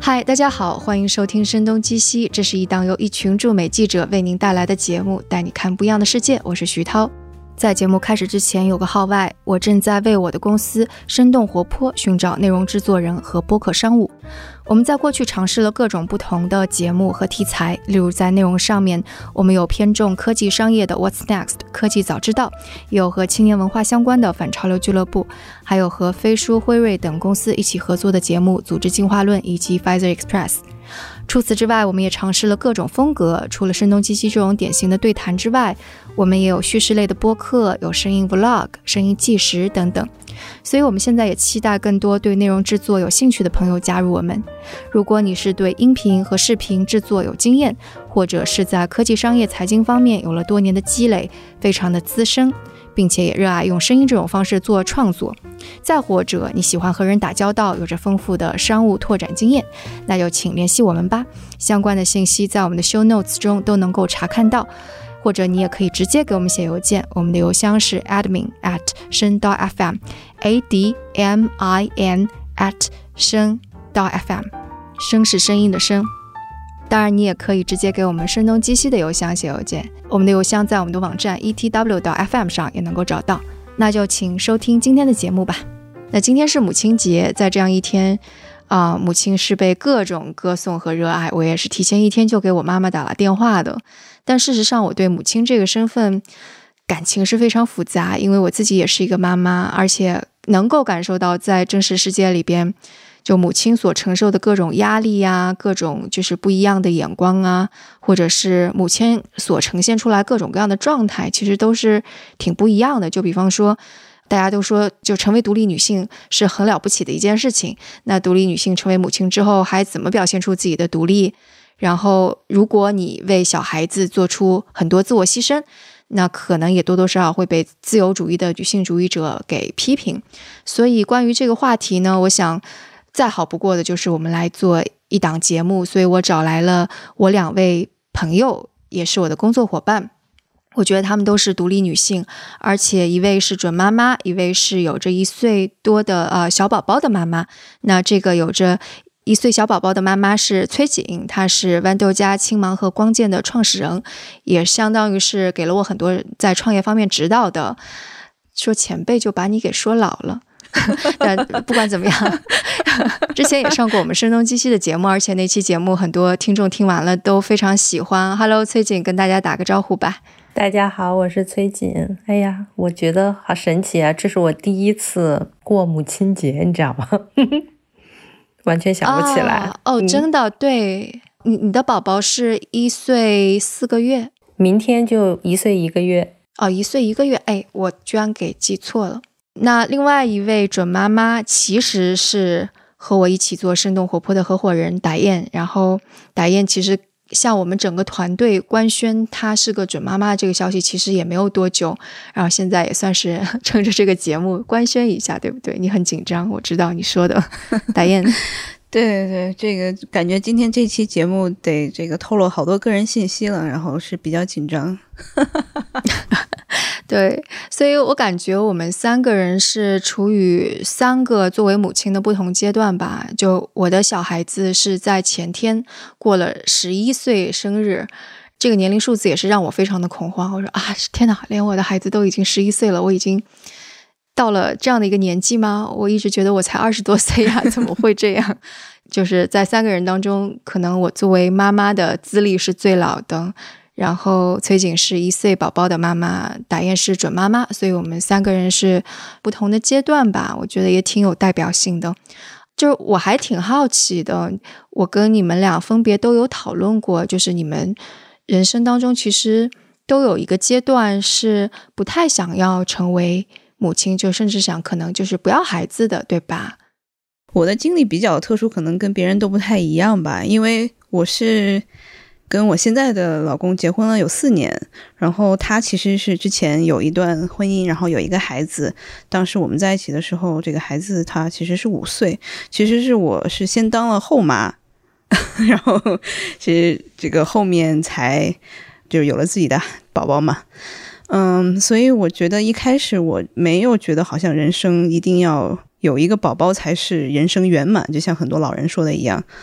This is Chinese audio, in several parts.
嗨，大家好，欢迎收听声东击西，这是一档由一群驻美记者为您带来的节目，带你看不一样的世界。我是徐涛。在节目开始之前有个号外，我正在为我的公司生动活泼寻找内容制作人和播客商务。我们在过去尝试了各种不同的节目和题材，例如在内容上面，我们有偏重科技商业的 What's Next 科技早知道，也有和青年文化相关的反潮流俱乐部，还有和飞书、辉瑞等公司一起合作的节目组织进化论以及 Pfizer Express。除此之外，我们也尝试了各种风格，除了声东击西这种典型的对谈之外，我们也有叙事类的播客，有声音 vlog、声音纪实等等。所以我们现在也期待更多对内容制作有兴趣的朋友加入我们。如果你是对音频和视频制作有经验，或者是在科技商业财经方面有了多年的积累，非常的资深，并且也热爱用声音这种方式做创作，再或者你喜欢和人打交道，有着丰富的商务拓展经验，那就请联系我们吧。相关的信息在我们的 show notes 中都能够查看到，或者你也可以直接给我们写邮件，我们的邮箱是 admin@声.fm admin@声.fm， 声是声音的声。当然你也可以直接给我们声东击西的邮箱写邮件，我们的邮箱在我们的网站 etw.fm 上也能够找到。那就请收听今天的节目吧。那今天是母亲节，在这样一天母亲是被各种歌颂和热爱，我也是提前一天就给我妈妈打了电话的。但事实上我对母亲这个身份感情是非常复杂，因为我自己也是一个妈妈，而且能够感受到在真实世界里边，就母亲所承受的各种压力啊，各种就是不一样的眼光啊，或者是母亲所呈现出来各种各样的状态，其实都是挺不一样的。就比方说大家都说就成为独立女性是很了不起的一件事情，那独立女性成为母亲之后还怎么表现出自己的独立，然后如果你为小孩子做出很多自我牺牲，那可能也多多少少会被自由主义的女性主义者给批评。所以关于这个话题呢，我想再好不过的就是我们来做一档节目，所以我找来了我2位朋友，也是我的工作伙伴。我觉得她们都是独立女性，而且一位是准妈妈，一位是有着1岁多的小宝宝的妈妈。那这个有着1岁小宝宝的妈妈是崔瑾，她是豌豆荚、青芒和光剑的创始人，也相当于是给了我很多在创业方面指导的。说前辈就把你给说老了。但不管怎么样，之前也上过我们声东击西的节目，而且那期节目很多听众听完了都非常喜欢。 Hello 崔瑾，跟大家打个招呼吧。 大家好，我是崔瑾。哎呀，我觉得好神奇啊，这是我第一次过母亲节，你知道吗？完全想不起来。 真的。对，你的宝宝是1岁4个月， 明天就1岁1个月。 1岁1个月，我居然给记错了。那另外一位准妈妈其实是和我一起做生动活泼的合伙人打燕，然后打燕其实像我们整个团队官宣她是个准妈妈这个消息其实也没有多久，然后现在也算是趁着这个节目官宣一下，对不对？你很紧张，我知道你说的。打燕。 对，这个感觉今天这期节目得这个透露好多个人信息了，然后是比较紧张。 对，所以我感觉我们3个人是处于3个作为母亲的不同阶段吧。就我的小孩子是在前天过了11岁生日，这个年龄数字也是让我非常的恐慌。我说天哪，连我的孩子都已经11岁了，我已经到了这样的一个年纪吗？我一直觉得我才20多岁呀，怎么会这样？就是在3个人当中，可能我作为妈妈的资历是最老的，然后崔瑾是1岁宝宝的妈妈，打燕是准妈妈，所以我们3个人是不同的阶段吧，我觉得也挺有代表性的。就是我还挺好奇的，我跟你们俩分别都有讨论过，就是你们人生当中其实都有一个阶段是不太想要成为母亲，就甚至想可能就是不要孩子的，对吧？ 我的经历比较特殊，可能跟别人都不太一样吧，因为我是跟我现在的老公结婚了有4年，然后他其实是之前有一段婚姻，然后有一个孩子，当时我们在一起的时候，这个孩子他其实是5岁，其实是我是先当了后妈，然后其实这个后面才就有了自己的宝宝嘛。所以我觉得一开始我没有觉得好像人生一定要有一个宝宝才是人生圆满，就像很多老人说的一样。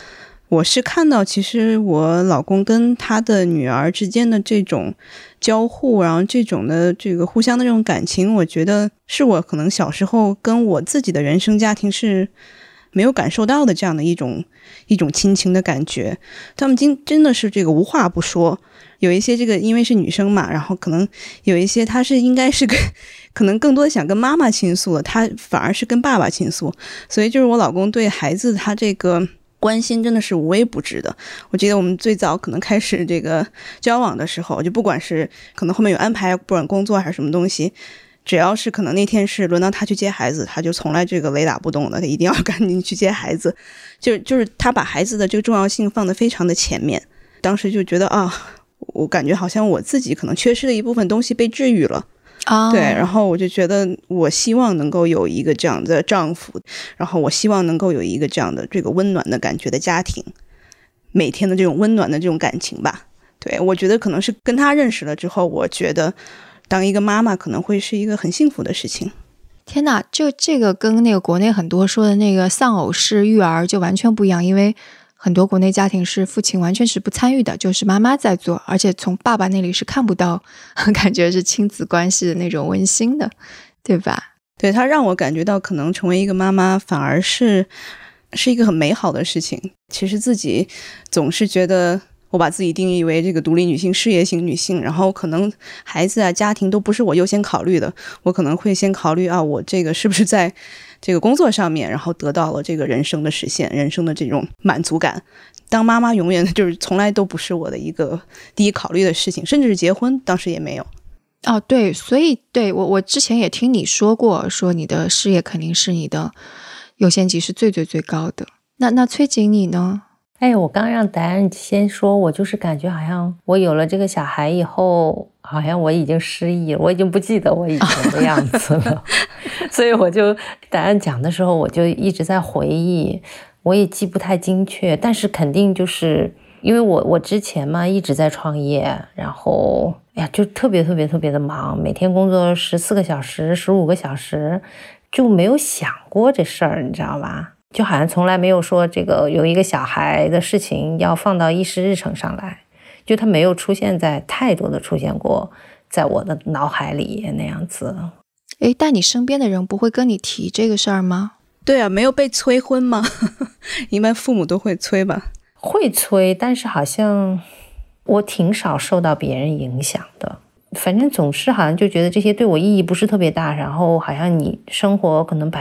我是看到其实我老公跟他的女儿之间的这种交互，然后这种的这个互相的这种感情，我觉得是我可能小时候跟我自己的原生家庭是没有感受到的这样的一种亲情的感觉。他们真的是这个无话不说，有一些这个因为是女生嘛，然后可能有一些她是应该是可能更多的想跟妈妈倾诉了，她反而是跟爸爸倾诉。所以就是我老公对孩子他这个关心真的是无微不至的。我记得我们最早可能开始这个交往的时候，就不管是可能后面有安排，不管工作还是什么东西，只要是可能那天是轮到他去接孩子，他就从来这个雷打不动的，他一定要赶紧去接孩子，就是他把孩子的这个重要性放得非常的前面。当时就觉得啊，我感觉好像我自己可能缺失的一部分东西被治愈了。对，然后我就觉得我希望能够有一个这样的丈夫，然后我希望能够有一个这样的这个温暖的感觉的家庭，每天的这种温暖的这种感情吧。对，我觉得可能是跟他认识了之后，我觉得当一个妈妈可能会是一个很幸福的事情。 天哪，就这个跟那个国内很多说的那个丧偶式育儿就完全不一样，因为很多国内家庭是父亲完全是不参与的，就是妈妈在做，而且从爸爸那里是看不到感觉是亲子关系的那种温馨的，对吧？ 对，他让我感觉到可能成为一个妈妈反而是一个很美好的事情。其实自己总是觉得我把自己定义为这个独立女性、事业型女性，然后可能孩子啊、家庭都不是我优先考虑的，我可能会先考虑啊，我这个是不是在这个工作上面，然后得到了这个人生的实现，人生的这种满足感。当妈妈永远就是从来都不是我的一个第一考虑的事情，甚至是结婚当时也没有。 哦，对，所以对我之前也听你说过，说你的事业肯定是你的优先级是最最最高的。那崔瑾你呢？ 我刚让答案先说，我就是感觉好像我有了这个小孩以后，好像我已经失忆了，我已经不记得我以前的样子了。所以我就答案讲的时候，我就一直在回忆，我也记不太精确，但是肯定就是因为我之前嘛一直在创业，然后就特别的忙，每天工作14个小时、15个小时，就没有想过这事儿，你知道吧？就好像从来没有说这个有一个小孩的事情要放到议事日程上来，就他没有太多的出现过在我的脑海里那样子。 但你身边的人不会跟你提这个事儿吗？ 对啊，没有被催婚吗？一般父母都会催吧？ 会催，但是好像我挺少受到别人影响的。反正总是好像就觉得这些对我意义不是特别大，然后好像你生活可能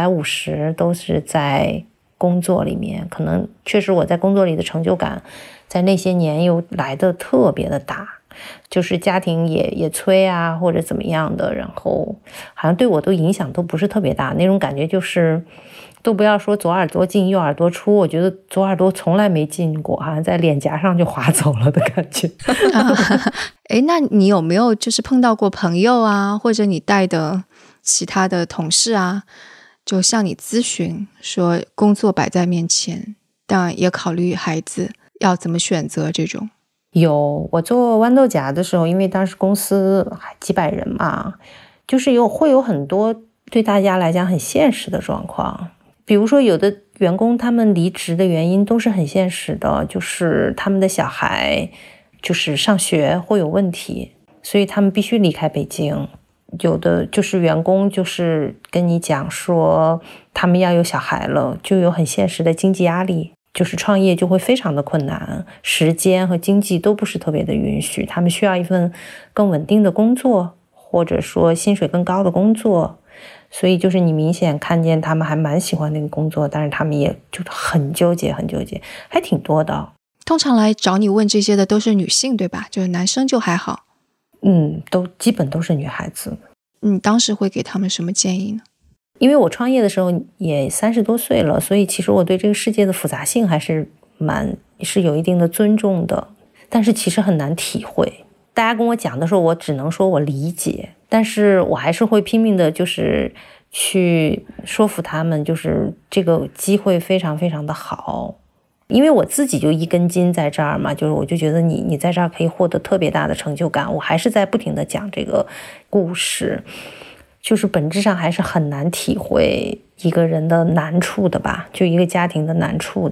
150%都是在工作里面，可能确实我在工作里的成就感在那些年又来得特别的大，就是家庭也催啊或者怎么样的，然后好像对我都影响都不是特别大，那种感觉就是都不要说左耳朵进右耳朵出，我觉得左耳朵从来没进过，好像在脸颊上就滑走了的感觉。 那你有没有就是碰到过朋友啊，或者你带的其他的同事啊，就向你咨询说工作摆在面前，但也考虑孩子要怎么选择这种？ 有，我做豌豆荚的时候，因为当时公司几百人嘛，就是会有很多对大家来讲很现实的状况。比如说有的员工他们离职的原因都是很现实的，就是他们的小孩就是上学会有问题，所以他们必须离开北京。有的就是员工就是跟你讲说他们要有小孩了，就有很现实的经济压力，就是创业就会非常的困难，时间和经济都不是特别的允许，他们需要一份更稳定的工作，或者说薪水更高的工作。所以就是你明显看见他们还蛮喜欢那个工作，但是他们也就很纠结，还挺多的。 通常来找你问这些的都是女性对吧？就是男生就还好。 都基本都是女孩子。 你当时会给他们什么建议呢？ 因为我创业的时候也30多岁了，所以其实我对这个世界的复杂性还是有一定的尊重的，但是其实很难体会。大家跟我讲的时候，我只能说我理解，但是我还是会拼命的就是去说服他们，就是这个机会非常非常的好。因为我自己就一根筋在这儿嘛，就是我就觉得你在这儿可以获得特别大的成就感，我还是在不停的讲这个故事，就是本质上还是很难体会一个人的难处的吧，就一个家庭的难处的。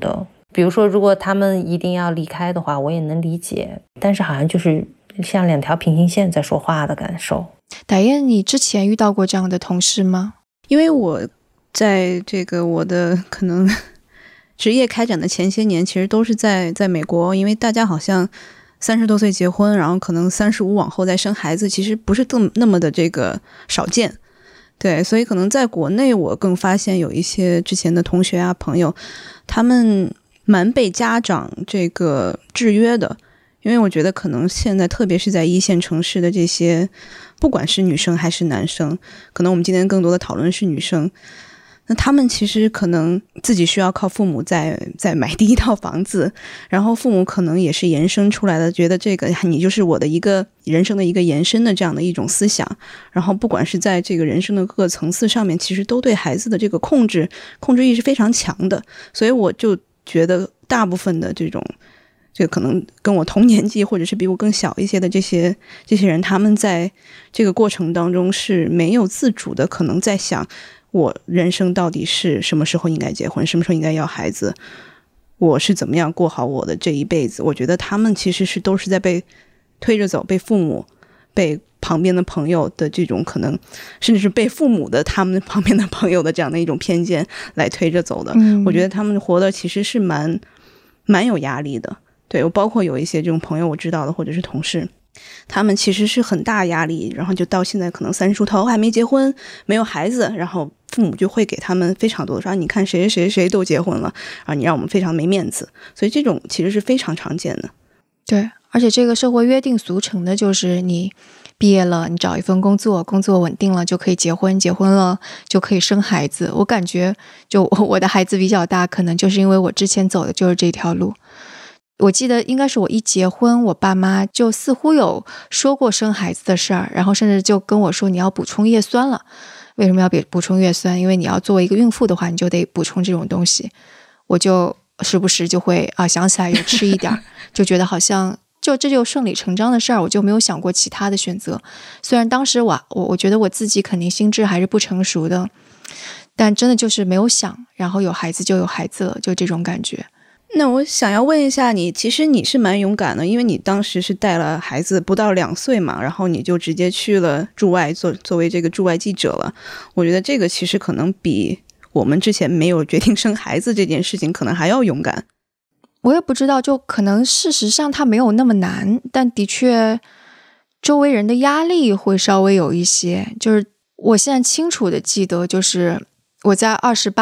比如说如果他们一定要离开的话，我也能理解，但是好像就是像两条平行线在说话的感受。 打雁，你之前遇到过这样的同事吗？ 因为我在这个我的可能职业开展的前些年，其实都是在美国，因为大家好像30多岁结婚，然后可能35往后再生孩子，其实不是那么的这个少见。对，所以可能在国内我更发现有一些之前的同学啊朋友，他们蛮被家长这个制约的。因为我觉得可能现在特别是在一线城市的这些，不管是女生还是男生，可能我们今天更多的讨论是女生，那他们其实可能自己需要靠父母再买第一套房子，然后父母可能也是延伸出来的，觉得这个你就是我的一个人生的一个延伸的这样的一种思想，然后不管是在这个人生的各个层次上面，其实都对孩子的这个控制欲是非常强的。所以我就觉得大部分的这个可能跟我同年纪或者是比我更小一些的这些人，他们在这个过程当中是没有自主的可能在想，我人生到底是什么时候应该结婚，什么时候应该要孩子，我是怎么样过好我的这一辈子。我觉得他们其实都是在被推着走，被父母被旁边的朋友的这种可能，甚至是被父母的他们旁边的朋友的这样的一种偏见来推着走的。我觉得他们活的其实是蛮有压力的。对，我包括有一些这种朋友我知道的或者是同事，他们其实是很大压力，然后就到现在可能30出头还没结婚没有孩子，然后父母就会给他们非常多的说，你看谁都结婚了，然后你让我们非常没面子。所以这种其实是非常常见的。 对，而且这个社会约定俗成的就是你毕业了，你找一份工作稳定了就可以结婚，结婚了就可以生孩子。我感觉就我的孩子比较大，可能就是因为我之前走的就是这条路。我记得应该是我一结婚，我爸妈就似乎有说过生孩子的事儿，然后甚至就跟我说你要补充叶酸了。为什么要补充叶酸？因为你要作为一个孕妇的话，你就得补充这种东西。我就时不时就会想起来有吃一点就觉得好像这就顺理成章的事儿，我就没有想过其他的选择。虽然当时我觉得我自己肯定心智还是不成熟的，但真的就是没有想，然后有孩子就有孩子了，就这种感觉。 那我想要问一下你，其实你是蛮勇敢的，因为你当时是带了孩子不到2岁嘛，然后你就直接去了驻外作为这个驻外记者了。我觉得这个其实可能比我们之前没有决定生孩子这件事情可能还要勇敢。 我也不知道，就可能事实上它没有那么难，但的确周围人的压力会稍微有一些。就是我现在清楚的记得，就是我在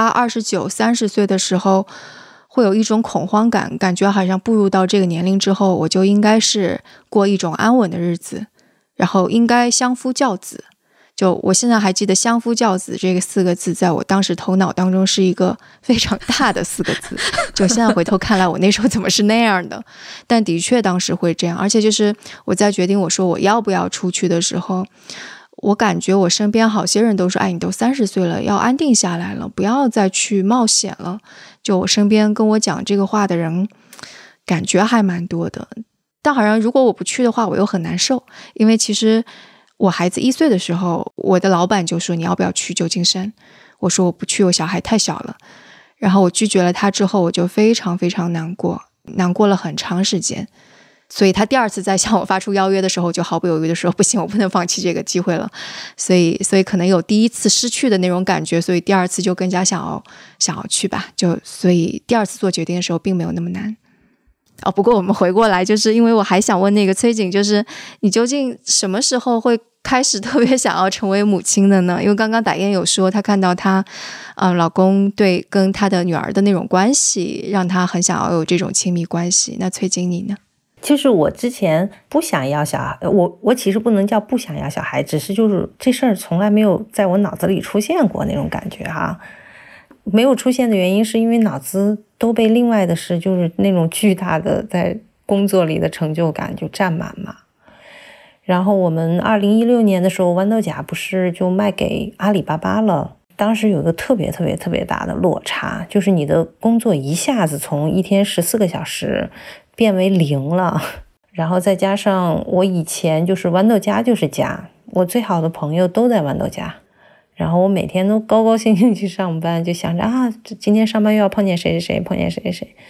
28、29、30岁的时候会有一种恐慌感，感觉好像步入到这个年龄之后，我就应该是过一种安稳的日子，然后应该相夫教子。就我现在还记得相夫教子这个4个字在我当时头脑当中是一个非常大的4个字，就现在回头看来我那时候怎么是那样的。但的确当时会这样，而且就是我在决定我说我要不要出去的时候，我感觉我身边好些人都说，你都30岁了，要安定下来了，不要再去冒险了。就我身边跟我讲这个话的人感觉还蛮多的。但好像如果我不去的话我又很难受，因为其实我孩子1岁的时候，我的老板就说你要不要去旧金山，我说我不去，我小孩太小了。然后我拒绝了他之后，我就非常非常难过了很长时间。所以他第2次再向我发出邀约的时候，就毫不犹豫的说不行，我不能放弃这个机会了。所以可能有第1次失去的那种感觉，所以第2次就更加想要去吧。所以第2次做决定的时候并没有那么难。不过我们回过来，就是因为我还想问那个崔景，就是你究竟什么时候会开始特别想要成为母亲的呢？因为刚刚打雁有说她看到她老公跟她的女儿的那种关系，让她很想要有这种亲密关系。那崔景你呢？ 其实我之前不想要小孩，我其实不能叫不想要小孩，只是就是这事儿从来没有在我脑子里出现过那种感觉哈。没有出现的原因是因为脑子都被另外的事，就是那种巨大的在工作里的成就感就占满嘛。然后我们2016年的时候，豌豆荚不是就卖给阿里巴巴了，当时有个特别大的落差，就是你的工作一下子从一天14个小时变为0了。然后再加上我以前就是豌豆荚就是家，我最好的朋友都在豌豆荚，然后我每天都高高兴兴去上班，就想着今天上班又要碰见谁，碰见谁。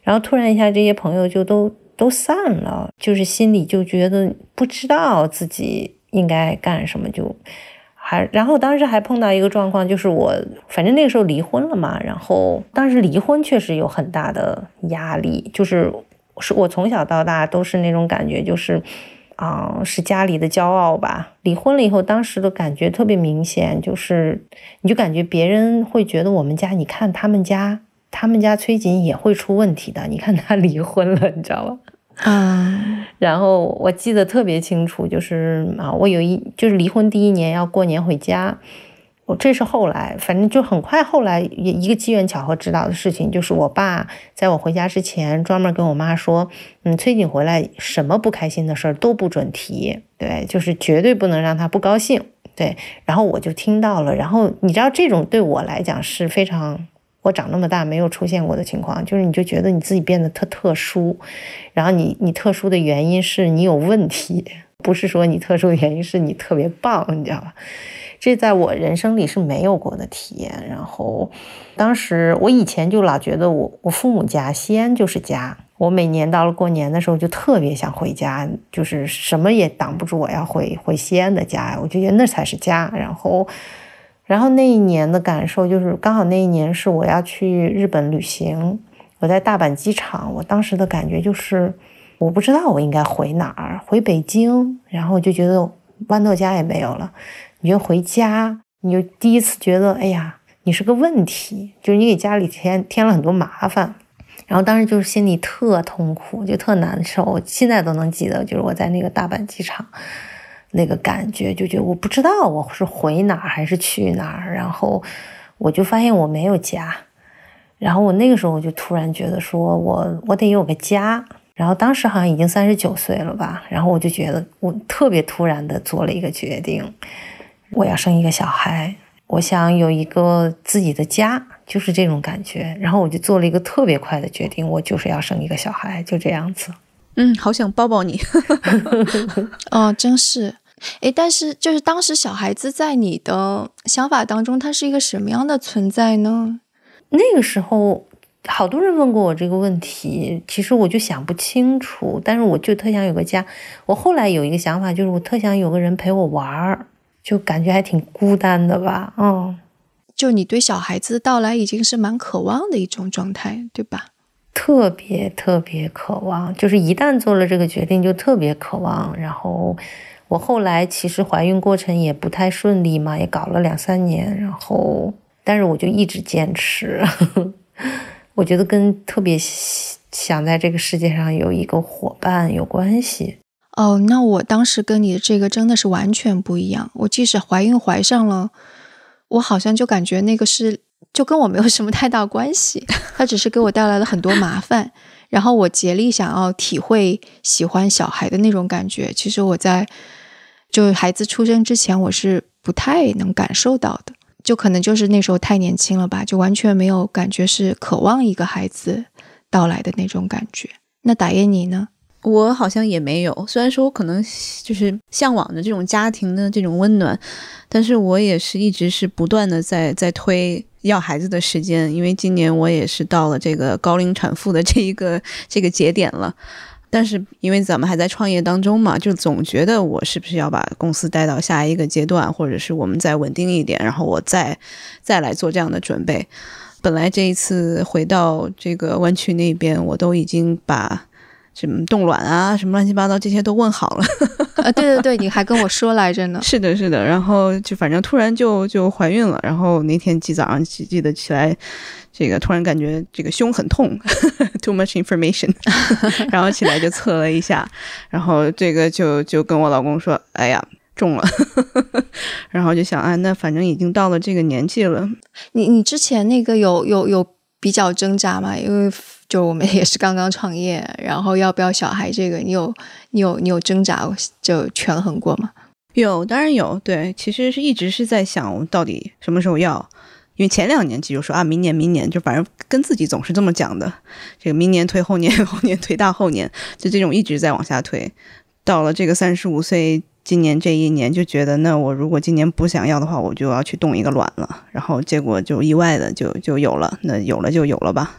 然后突然一下这些朋友就都散了，就是心里就觉得不知道自己应该干什么，然后当时还碰到一个状况，就是我反正那个时候离婚了嘛，然后当时离婚确实有很大的压力，就是我从小到大都是那种感觉，就是是家里的骄傲吧。离婚了以后，当时的感觉特别明显，就是你就感觉别人会觉得我们家，你看他们家崔瑾也会出问题的，你看他离婚了，你知道吧？然后我记得特别清楚，就是我就是离婚第1年要过年回家，这是后来，反正就很快后来一个机缘巧合知道的事情，就是我爸在我回家之前专门跟我妈说，崔瑾回来什么不开心的事儿都不准提，对，就是绝对不能让他不高兴，对。然后我就听到了，然后你知道这种对我来讲是非常，我长那么大没有出现过的情况，就是你就觉得你自己变得特殊，然后你特殊的原因是你有问题，不是说你特殊的原因是你特别棒，你知道吧？这在我人生里是没有过的体验。然后当时我以前就老觉得我父母家西安就是家，我每年到了过年的时候就特别想回家，就是什么也挡不住我要回西安的家，我就觉得那才是家。然后那一年的感受就是刚好那一年是我要去日本旅行，我在大阪机场，我当时的感觉就是我不知道我应该回哪儿，回北京，然后就觉得豌豆荚也没有了，你就回家，你就第一次觉得哎呀你是个问题，就是你给家里添了很多麻烦。然后当时就是心里特痛苦，就特难受，现在都能记得，就是我在那个大阪机场那个感觉，就觉得我不知道我是回哪儿还是去哪儿，然后我就发现我没有家，然后我那个时候我就突然觉得说我得有个家，然后当时好像已经39岁了吧，然后我就觉得我特别突然的做了一个决定，我要生一个小孩，我想有一个自己的家，就是这种感觉，然后我就做了一个特别快的决定，我就是要生一个小孩，就这样子。 好想抱抱你。 哦，真是。但是就是当时小孩子在你的想法当中，他是一个什么样的存在呢？ 那个时候好多人问过我这个问题，其实我就想不清楚，但是我就特想有个家。我后来有一个想法，就是我特想有个人陪我玩，就感觉还挺孤单的吧。 就你对小孩子的到来已经是蛮渴望的一种状态，对吧？ 特别特别渴望，就是一旦做了这个决定就特别渴望。然后我后来其实怀孕过程也不太顺利嘛，也搞了2-3年，然后但是我就一直坚持。我觉得跟特别想在这个世界上有一个伙伴有关系。 那我当时跟你的这个真的是完全不一样，我即使怀孕怀上了，我好像就感觉那个就跟我没有什么太大关系，它只是给我带来了很多麻烦。然后我竭力想要体会喜欢小孩的那种感觉，其实我在就孩子出生之前我是不太能感受到的，就可能就是那时候太年轻了吧，就完全没有感觉是渴望一个孩子到来的那种感觉。那打野你呢？ 我好像也没有，虽然说我可能就是向往着这种家庭的这种温暖，但是我也是一直是不断的在推要孩子的时间，因为今年我也是到了这个高龄产妇的这个节点了。但是因为咱们还在创业当中嘛，就总觉得我是不是要把公司带到下一个阶段，或者是我们再稳定一点，然后我再来做这样的准备。本来这一次回到这个湾区那边，我都已经把什么冻卵啊什么乱七八糟这些都问好了。 对对对，你还跟我说来着呢。 是的是的，然后就反正突然就怀孕了，然后那天早上记得起来，这个突然感觉这个胸很痛。too much information。 然后起来就测了一下，然后这个就跟我老公说哎呀中了。然后就想那反正已经到了这个年纪了。 你之前那个有比较挣扎吗？因为就我们也是刚刚创业，然后要不要小孩这个你有挣扎就权衡过吗？ 有，当然有。对，其实是一直是在想我到底什么时候要，因为前2年就说明年，就反正跟自己总是这么讲的，这个明年推后年，后年推大后年，就这种一直在往下推。到了这个35岁今年这1年，就觉得那我如果今年不想要的话，我就要去冻一个卵了，然后结果就意外的就有了，那有了就有了吧。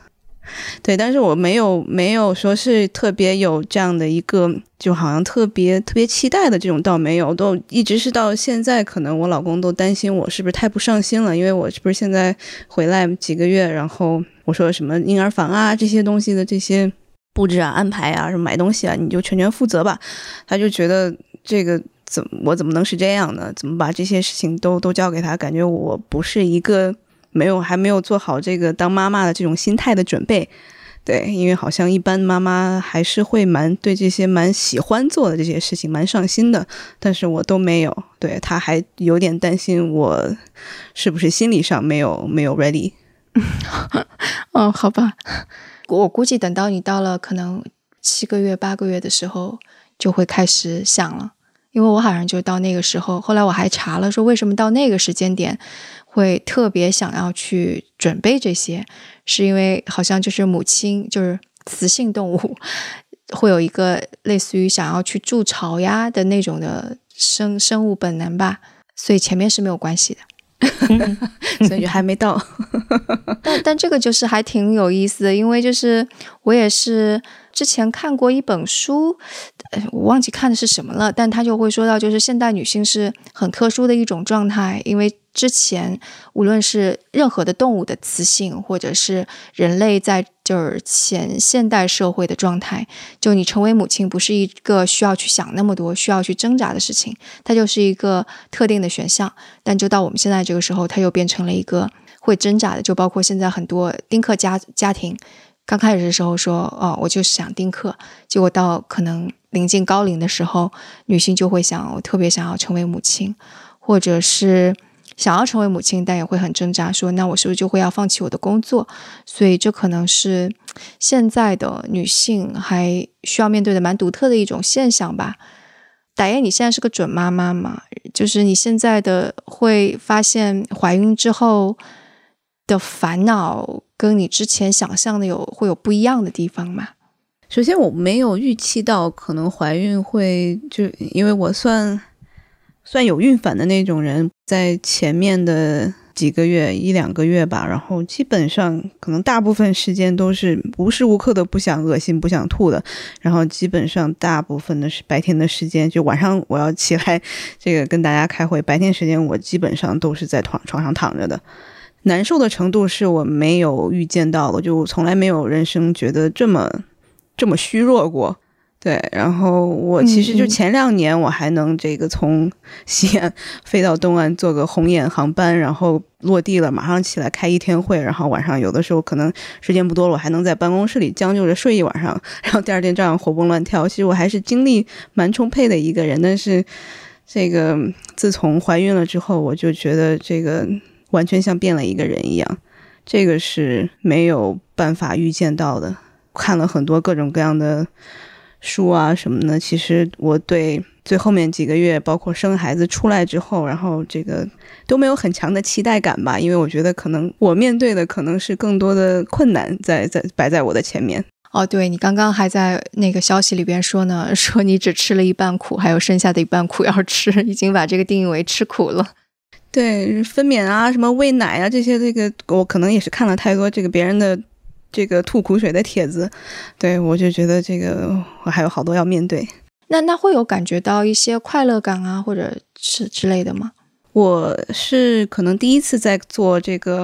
对，但是我没有说是特别有这样的一个，就好像特别期待的这种倒没有，都一直是到现在，可能我老公都担心我是不是太不上心了，因为我是不是现在回来几个月，然后我说什么婴儿房啊这些东西的这些布置啊、安排啊、什么买东西啊，你就全权负责吧。他就觉得这个我怎么能是这样呢？怎么把这些事情都交给他？感觉我不是一个还没有做好这个当妈妈的这种心态的准备。对，因为好像一般妈妈还是会对这些蛮喜欢做的这些事情蛮上心的，但是我都没有。对，他还有点担心我是不是心理上没有 ready。 哦，好吧，我估计等到你到了可能7个月、8个月的时候，就会开始想了。因为我好像就到那个时候，后来我还查了说为什么到那个时间点会特别想要去准备这些，是因为好像就是母亲就是雌性动物会有一个类似于想要去筑巢呀的那种的生物本能吧，所以前面是没有关系的。 所以就还没到。 但这个就是还挺有意思的，因为就是我也是之前看过一本书，我忘记看的是什么了，但他就会说到就是现代女性是很特殊的一种状态，因为之前无论是任何的动物的雌性，或者是人类在就是前现代社会的状态，就你成为母亲不是一个需要去想那么多需要去挣扎的事情，它就是一个特定的选项。但就到我们现在这个时候，它又变成了一个会挣扎的，就包括现在很多丁克家庭刚开始的时候说哦，我就是想丁克，结果到可能临近高龄的时候，女性就会想我特别想要成为母亲，或者是想要成为母亲但也会很挣扎，说那我是不是就会要放弃我的工作。所以这可能是现在的女性还需要面对的蛮独特的一种现象吧。打叶，你现在是个准妈妈嘛，就是你现在的会发现怀孕之后的烦恼跟你之前想象的会有不一样的地方吗？ 首先我没有预期到可能怀孕会，就因为我算有孕反的那种人，在前面的几个月1-2个月吧，然后基本上可能大部分时间都是无时无刻的不想恶心不想吐的，然后基本上大部分的是白天的时间，就晚上我要起来这个跟大家开会，白天时间我基本上都是在床上躺着的。难受的程度是我没有预见到的，就从来没有人生觉得这么虚弱过。对，然后我其实就前2年我还能这个从西安飞到东岸坐个红眼航班，然后落地了马上起来开1天会，然后晚上有的时候可能时间不多了，我还能在办公室里将就着睡一晚上，然后第2天照样活蹦乱跳。其实我还是精力蛮充沛的一个人，但是这个自从怀孕了之后，我就觉得这个完全像变了一个人一样，这个是没有办法预见到的。看了很多各种各样的书啊什么的，其实我对最后面几个月包括生孩子出来之后，然后这个都没有很强的期待感吧，因为我觉得可能我面对的可能是更多的困难摆在我的前面。 哦，对，你刚刚还在那个消息里边说呢，说你只吃了1半苦，还有剩下的1半苦要吃，已经把这个定义为吃苦了。 对，分娩啊什么喂奶啊这些，这个我可能也是看了太多这个别人的这个吐苦水的帖子，对，我就觉得这个我还有好多要面对。 那会有感觉到一些快乐感啊，或者是之类的吗？ 我是可能第一次在做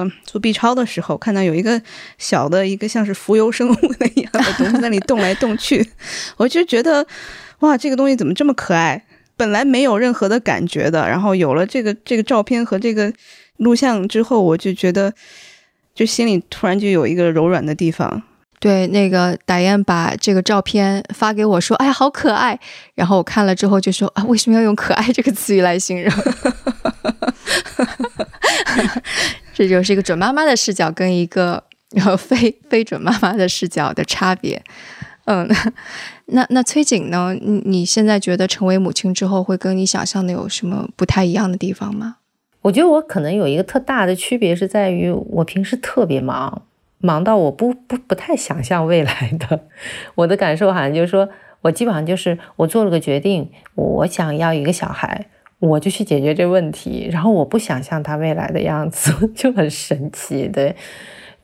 B 超的时候，看到有一个小的一个像是浮游生物的一样的东西在那里动来动去，我就觉得哇，这个东西怎么这么可爱，本来没有任何的感觉的，然后有了这个照片和这个录像之后，我就觉得就心里突然就有一个柔软的地方。 对，那个打燕把这个照片发给我说，哎呀好可爱，然后我看了之后就说啊，为什么要用可爱这个词语来形容？这就是一个准妈妈的视角跟一个非准妈妈的视角的差别。那崔瑾呢，你现在觉得成为母亲之后会跟你想象的有什么不太一样的地方吗？ 我觉得我可能有一个特大的区别是在于我平时特别忙到我不太想象未来的。我的感受好像就是说，我基本上就是我做了个决定，我想要一个小孩，我就去解决这个问题，然后我不想象他未来的样子，就很神奇。对，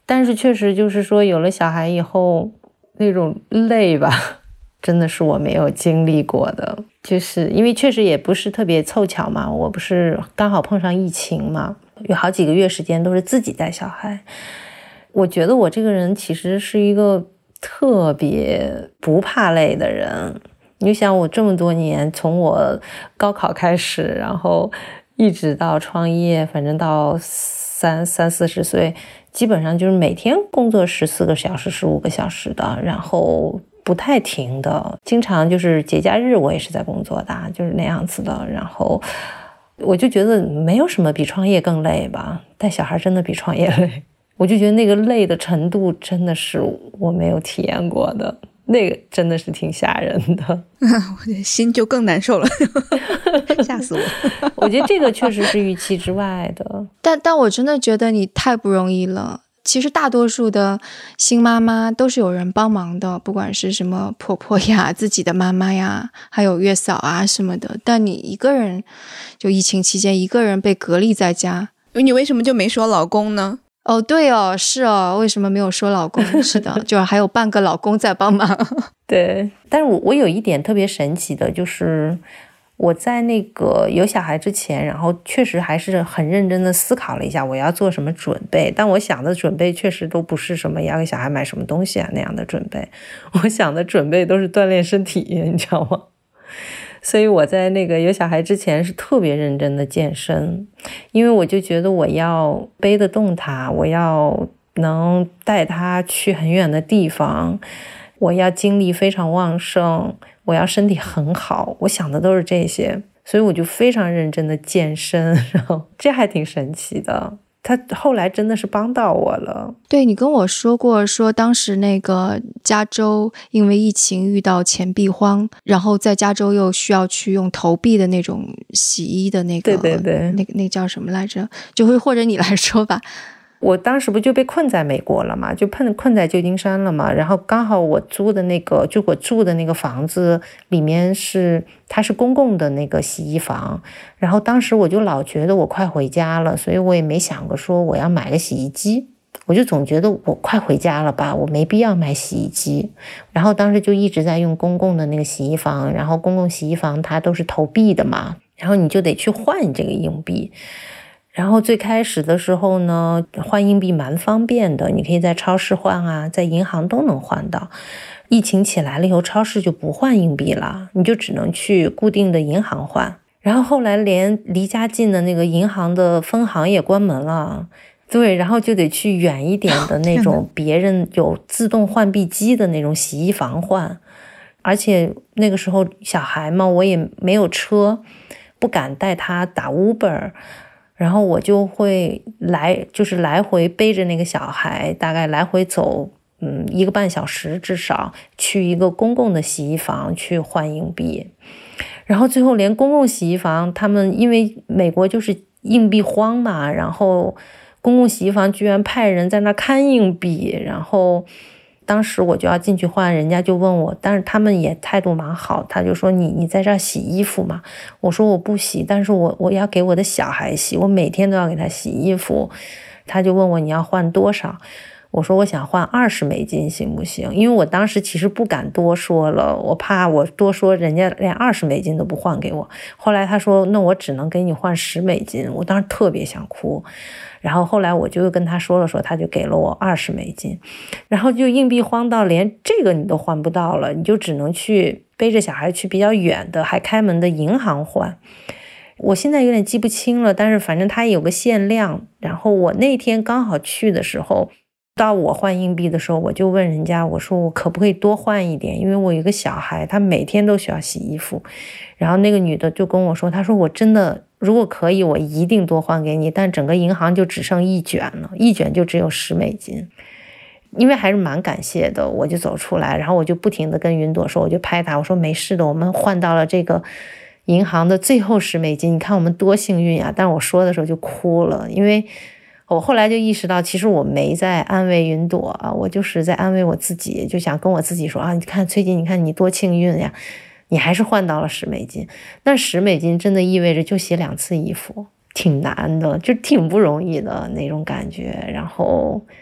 但是确实就是说有了小孩以后那种累吧，真的是我没有经历过的。就是因为确实也不是特别凑巧嘛，我不是刚好碰上疫情嘛，有好几个月时间都是自己带小孩。我觉得我这个人其实是一个特别不怕累的人。你就想我这么多年，从我高考开始，然后一直到创业，反正到三四十岁，基本上就是每天工作14个小时、15个小时的，然后不太停的，经常就是节假日我也是在工作的，就是那样子的。然后我就觉得没有什么比创业更累吧，带小孩真的比创业累。我就觉得那个累的程度真的是我没有体验过的，那个真的是挺吓人的。 我的心就更难受了，吓死我。 我觉得这个确实是预期之外的。 但我真的觉得你太不容易了。其实大多数的新妈妈都是有人帮忙的，不管是什么婆婆呀、自己的妈妈呀，还有月嫂啊什么的。但你一个人，就疫情期间一个人被隔离在家， 你为什么就没说老公呢？ 哦，对哦，是哦，为什么没有说老公？是的，就是还有半个老公在帮忙。 对，但是我有一点特别神奇的，就是我在那个有小孩之前，然后确实还是很认真的思考了一下我要做什么准备，但我想的准备确实都不是什么要给小孩买什么东西啊那样的准备，我想的准备都是锻炼身体，你知道吗？所以我在那个有小孩之前是特别认真的健身，因为我就觉得我要背得动他，我要能带他去很远的地方，我要精力非常旺盛，我要身体很好，我想的都是这些，所以我就非常认真的健身，然后这还挺神奇的。他后来真的是帮到我了。 对，你跟我说过，说当时那个加州因为疫情遇到钱币荒，然后在加州又需要去用投币的那种洗衣的那个， 对， 那叫什么来着？就会或者你来说吧。 我当时不就被困在美国了嘛，就困在旧金山了嘛，然后刚好我租的那个，就我住的那个房子里面它是公共的那个洗衣房，然后当时我就老觉得我快回家了，所以我也没想过说我要买个洗衣机，我就总觉得我快回家了吧，我没必要买洗衣机，然后当时就一直在用公共的那个洗衣房，然后公共洗衣房它都是投币的嘛，然后你就得去换这个硬币。然后最开始的时候呢，换硬币蛮方便的，你可以在超市换啊，在银行都能换到。疫情起来了以后，超市就不换硬币了，你就只能去固定的银行换。然后后来连离家近的那个银行的分行也关门了，对，然后就得去远一点的那种别人有自动换币机的那种洗衣房换。而且那个时候小孩嘛，我也没有车，不敢带他打 Uber，然后我就会就是来回背着那个小孩，大概来回走1个半小时，至少去一个公共的洗衣房去换硬币。然后最后连公共洗衣房，他们因为美国就是硬币荒嘛，然后公共洗衣房居然派人在那看硬币，然后当时我就要进去换，人家就问我，但是他们也态度蛮好，他就说你在这儿洗衣服嘛？我说我不洗，但是我要给我的小孩洗，我每天都要给他洗衣服。他就问我你要换多少？我说我想换20美金行不行？因为我当时其实不敢多说了，我怕我多说人家连20美金都不换给我。后来他说那我只能给你换10美金，我当时特别想哭。然后后来我就跟他说了说，他就给了我20美金，然后就硬币荒到连这个你都换不到了，你就只能去背着小孩去比较远的还开门的银行换。我现在有点记不清了，但是反正它有个限量。然后我那天刚好去的时候，到我换硬币的时候，我就问人家，我说我可不可以多换一点，因为我有一个小孩，他每天都需要洗衣服。然后那个女的就跟我说，她说我真的如果可以我一定多换给你，但整个银行就只剩1卷了，1卷就只有10美金。因为还是蛮感谢的，我就走出来，然后我就不停的跟云朵说，我就拍他，我说没事的，我们换到了这个银行的最后10美金，你看我们多幸运呀！但是我说的时候就哭了，因为我后来就意识到，其实我没在安慰云朵啊，我就是在安慰我自己，就想跟我自己说啊，你看崔姐，你看你多幸运呀，你还是换到了10美金。那10美金真的意味着就洗2次衣服，挺难的，就挺不容易的那种感觉。然后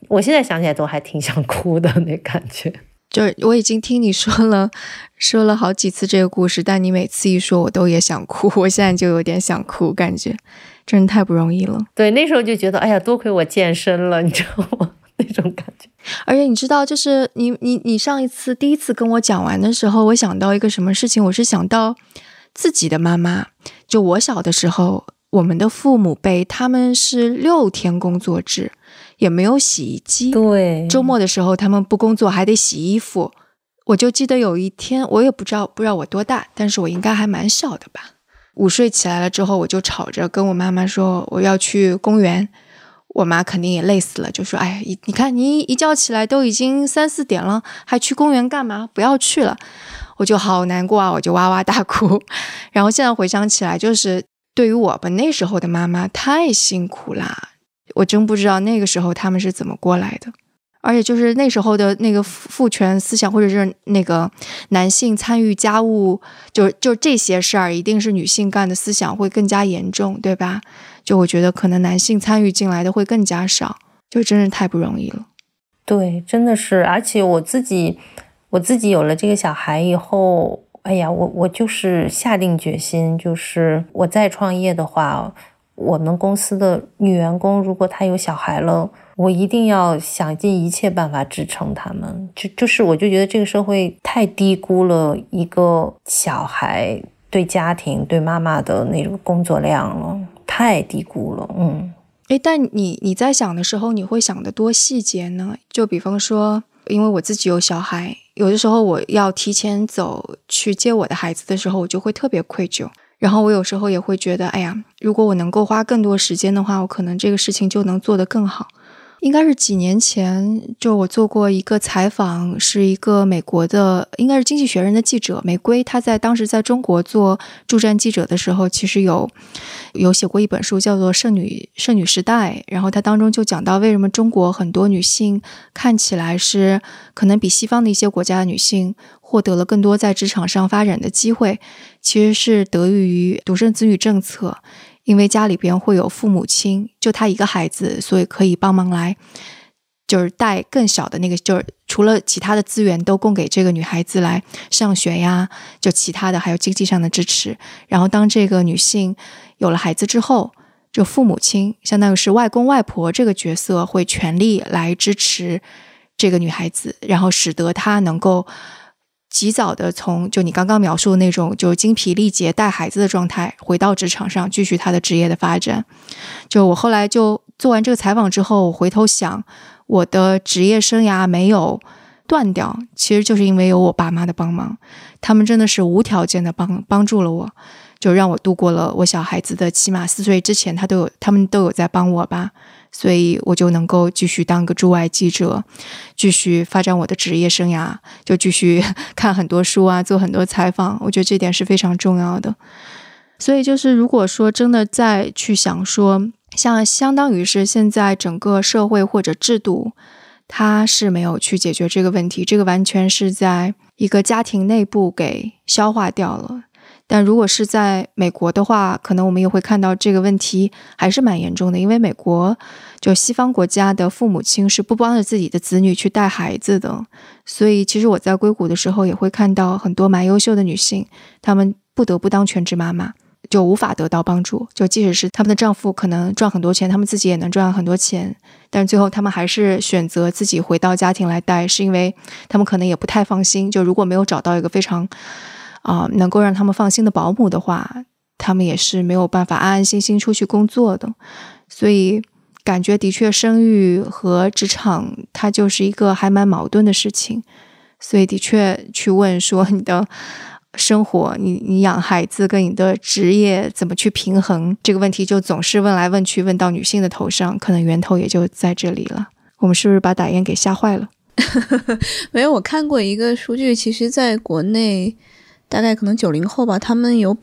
我现在想起来都还挺想哭的那感觉。 就是我已经听你说了好几次这个故事，但你每次一说我都也想哭，我现在就有点想哭，感觉真的太不容易了。 对，那时候就觉得哎呀，多亏我健身了，你知道吗？那种感觉。 而且你知道，就是你上一次第一次跟我讲完的时候，我想到一个什么事情，我是想到自己的妈妈。就我小的时候，我们的父母辈他们是6天工作制，也没有洗衣机， 对， 周末的时候他们不工作还得洗衣服。我就记得有一天，我也不知道我多大，但是我应该还蛮小的吧。午睡起来了之后，我就吵着跟我妈妈说我要去公园。我妈肯定也累死了，就说哎，你看你一觉起来都已经3、4点了，还去公园干嘛？不要去了。我就好难过啊，我就哇哇大哭。然后现在回想起来，就是对于我们那时候的妈妈太辛苦啦，我真不知道那个时候他们是怎么过来的。而且就是那时候的那个父权思想，或者是那个男性参与家务，就这些事儿一定是女性干的思想会更加严重，对吧？就我觉得可能男性参与进来的会更加少，就真是太不容易了。 对，真的是。而且我自己有了这个小孩以后，哎呀，我就是下定决心，就是我再创业的话，我们公司的女员工如果她有小孩了，我一定要想尽一切办法支撑他们。就是我就觉得这个社会太低估了一个小孩对家庭对妈妈的那个工作量了，太低估了。 但你在想的时候，你会想得多细节呢？就比方说，因为我自己有小孩，有的时候我要提前走去接我的孩子的时候，我就会特别愧疚。然后我有时候也会觉得，哎呀，如果我能够花更多时间的话，我可能这个事情就能做得更好。应该是几年前，就我做过一个采访，是一个美国的，应该是经济学人的记者玫瑰，他当时在中国做驻站记者的时候，其实有写过一本书叫做《剩女时代》，然后他当中就讲到为什么中国很多女性看起来是可能比西方的一些国家的女性获得了更多在职场上发展的机会，其实是得益于独生子女政策。因为家里边会有父母亲，就他一个孩子，所以可以帮忙来就是带更小的那个，就是除了其他的资源都供给这个女孩子来上学呀，就其他的还有经济上的支持。然后当这个女性有了孩子之后，就父母亲相当于是外公外婆这个角色会全力来支持这个女孩子，然后使得她能够及早的从就你刚刚描述的那种就精疲力竭带孩子的状态回到职场上继续他的职业的发展。就我后来就做完这个采访之后，我回头想我的职业生涯没有断掉，其实就是因为有我爸妈的帮忙，他们真的是无条件的帮助了我，就让我度过了我小孩子的起码4岁之前，他们都有在帮我吧，所以我就能够继续当个驻外记者，继续发展我的职业生涯，就继续看很多书啊，做很多采访，我觉得这点是非常重要的。所以就是如果说真的再去想说，像相当于是现在整个社会或者制度它是没有去解决这个问题，这个完全是在一个家庭内部给消化掉了。但如果是在美国的话，可能我们也会看到这个问题还是蛮严重的，因为美国就西方国家的父母亲是不帮着自己的子女去带孩子的，所以其实我在硅谷的时候也会看到很多蛮优秀的女性，她们不得不当全职妈妈，就无法得到帮助，就即使是她们的丈夫可能赚很多钱，她们自己也能赚很多钱，但最后她们还是选择自己回到家庭来带，是因为她们可能也不太放心，就如果没有找到一个非常能够让他们放心的保姆的话，他们也是没有办法安安心心出去工作的。所以感觉的确生育和职场它就是一个还蛮矛盾的事情，所以的确去问说你的生活，你养孩子跟你的职业怎么去平衡，这个问题就总是问来问去问到女性的头上，可能源头也就在这里了。我们是不是把打雁给吓坏了？ 没有，我看过一个数据，其实在国内大概可能90后吧，他们有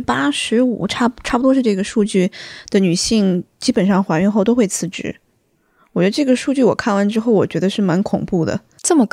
85%差不多是这个数据的女性基本上怀孕后都会辞职。我觉得这个数据我看完之后我觉得是蛮恐怖的。 这么高？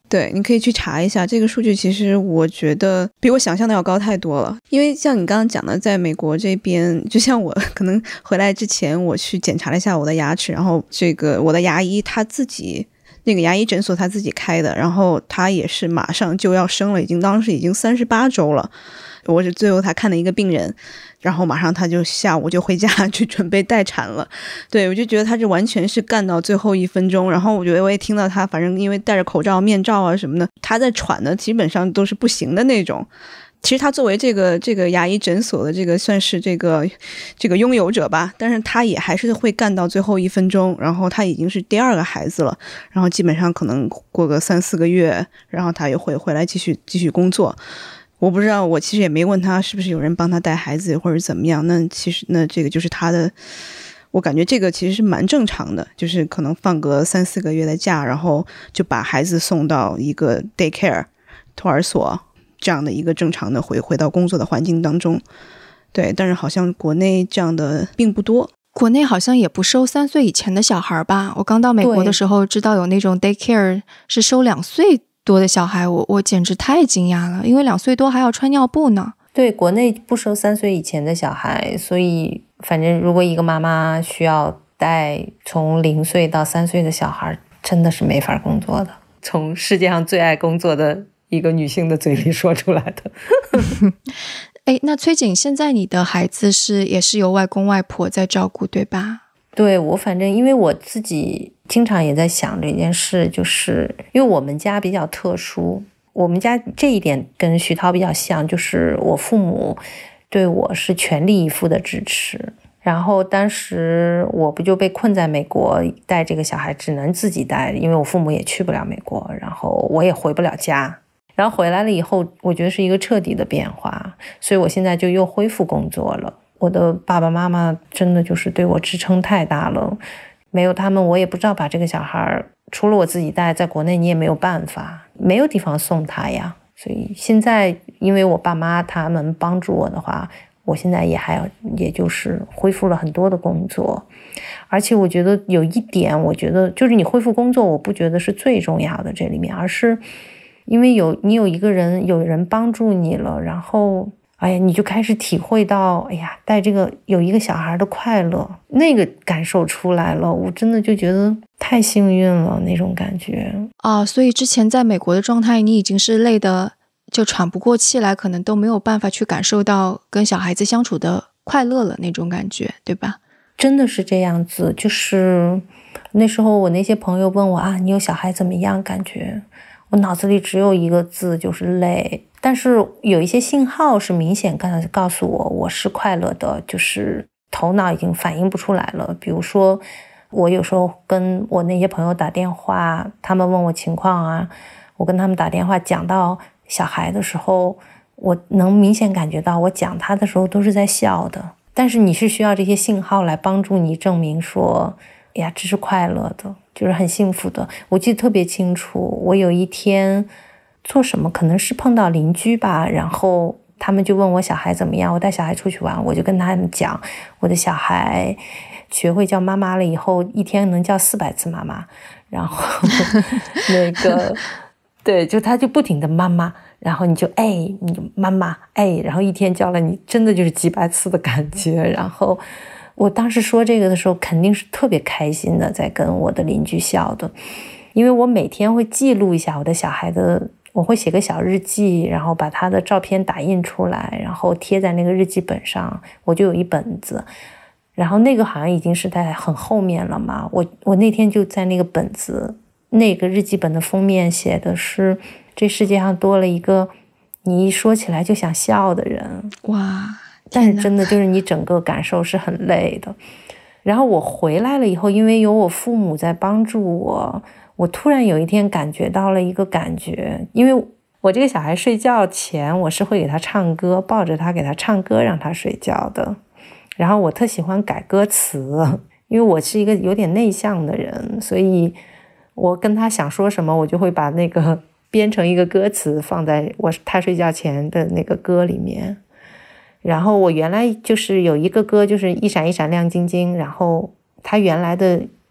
对，你可以去查一下这个数据，其实我觉得比我想象的要高太多了。因为像你刚刚讲的，在美国这边，就像我可能回来之前，我去检查了一下我的牙齿，然后这个我的牙医他自己那个牙医诊所他自己开的，然后他也是马上就要生了，当时已经38周了。我是最后他看的一个病人，然后马上他就下午就回家去准备待产了。对，我就觉得他这完全是干到最后1分钟。然后我觉得我也听到他，反正因为戴着口罩、面罩啊什么的，他在喘的基本上都是不行的那种。其实他作为这个牙医诊所的这个算是这个拥有者吧，但是他也还是会干到最后1分钟。然后他已经是第2个孩子了，然后基本上可能过个3-4个月，然后他也会回来继续工作。我不知道，我其实也没问他是不是有人帮他带孩子或者怎么样。那其实这个就是他的，我感觉这个其实是蛮正常的，就是可能放个3-4个月的假，然后就把孩子送到一个 daycare 托儿所这样的一个正常的回到工作的环境当中。对，但是好像国内这样的并不多。 国内好像也不收3岁以前的小孩吧？我刚到美国的时候知道有那种 daycare 是收2岁多的小孩，我简直太惊讶了，因为2岁多还要穿尿布呢。 对，国内不收3岁以前的小孩，所以反正如果一个妈妈需要带从0岁到3岁的小孩，真的是没法工作的。从世界上最爱工作的一个女性的嘴里说出来的。 那崔瑾，现在你的孩子也是由外公外婆在照顾，对吧？ 对，我反正因为我自己经常也在想这件事，就是因为我们家比较特殊，我们家这一点跟徐涛比较像，就是我父母对我是全力以赴的支持。然后当时我不就被困在美国带这个小孩，只能自己带，因为我父母也去不了美国，然后我也回不了家。然后回来了以后，我觉得是一个彻底的变化，所以我现在就又恢复工作了。我的爸爸妈妈真的就是对我支撑太大了，没有他们我也不知道把这个小孩，除了我自己带，在国内你也没有办法，没有地方送他呀。所以现在因为我爸妈他们帮助我的话，我现在也就是恢复了很多的工作。而且我觉得有一点，我觉得就是你恢复工作，我不觉得是最重要的这里面，而是因为你有人帮助你了，然后你就开始体会到带这个有一个小孩的快乐，那个感受出来了，我真的就觉得太幸运了那种感觉所以之前在美国的状态，你已经是累的就喘不过气来，可能都没有办法去感受到跟小孩子相处的快乐了那种感觉，对吧？ 真的是这样子，就是那时候我那些朋友问我你有小孩怎么样感觉，我脑子里只有一个字，就是累。但是有一些信号是明显告诉我是快乐的，就是头脑已经反应不出来了。比如说我有时候跟我那些朋友打电话，他们问我情况我跟他们打电话讲到小孩的时候，我能明显感觉到我讲他的时候都是在笑的。但是你是需要这些信号来帮助你证明说这是快乐的，就是很幸福的。我记得特别清楚，我有一天做什么，可能是碰到邻居吧，然后他们就问我小孩怎么样，我带小孩出去玩，我就跟他们讲我的小孩学会叫妈妈了以后，一天能叫400次妈妈，然后那个对，就他就不停的妈妈，然后你就你就妈妈然后一天叫了你真的就是几百次的感觉。然后我当时说这个的时候肯定是特别开心的，在跟我的邻居笑的，因为我每天会记录一下我的小孩的，我会写个小日记，然后把他的照片打印出来，然后贴在那个日记本上，我就有一本子，然后那个好像已经是在很后面了嘛，我那天就在那个本子，那个日记本的封面写的是这世界上多了一个你一说起来就想笑的人。 哇， 但是真的就是你整个感受是很累的。然后我回来了以后，因为有我父母在帮助我，我突然有一天感觉到了一个感觉，因为我这个小孩睡觉前我是会给他唱歌，抱着他给他唱歌让他睡觉的。然后我特喜欢改歌词，因为我是一个有点内向的人，所以我跟他想说什么，我就会把那个编成一个歌词放在他睡觉前的那个歌里面。然后我原来就是有一个歌就是一闪一闪亮晶晶，然后他原来的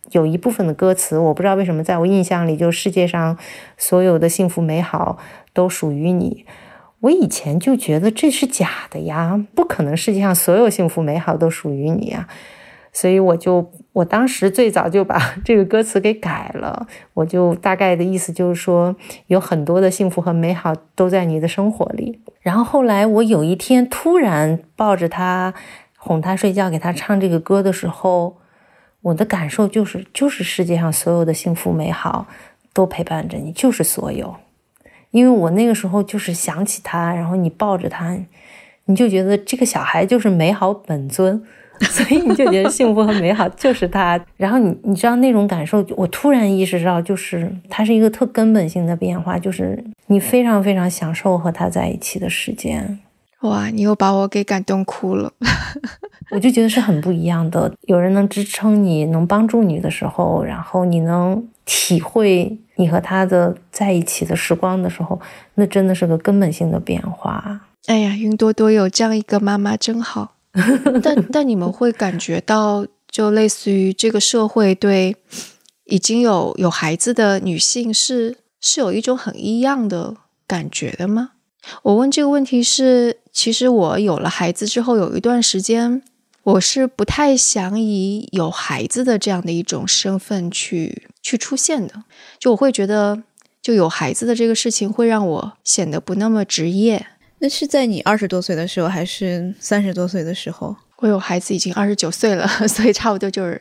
有一部分的歌词，我不知道为什么在我印象里，就世界上所有的幸福美好都属于你。我以前就觉得这是假的呀，不可能世界上所有幸福美好都属于你啊。所以我当时最早就把这个歌词给改了，我就大概的意思就是说，有很多的幸福和美好都在你的生活里。然后后来我有一天突然抱着他哄他睡觉，给他唱这个歌的时候，我的感受就是世界上所有的幸福美好都陪伴着你，就是所有。因为我那个时候就是想起他，然后你抱着他，你就觉得这个小孩就是美好本尊，所以你就觉得幸福和美好就是他。然后你知道那种感受，我突然意识到，就是它是一个特根本性的变化，就是你非常非常享受和他在一起的时间。 哇，你又把我给感动哭了。 我就觉得是很不一样的，有人能支撑你，能帮助你的时候，然后你能体会你和他的在一起的时光的时候，那真的是个根本性的变化。 哎呀，云朵朵有这样一个妈妈真好。但你们会感觉到，就类似于这个社会对已经有孩子的女性是有一种很异样的感觉的吗？我问这个问题是，其实我有了孩子之后，有一段时间我是不太想以有孩子的这样的一种身份去出现的。就我会觉得，就有孩子的这个事情会让我显得不那么职业。 那是在你20多岁的时候，还是30多岁的时候？ 我有孩子已经29岁了，所以差不多就是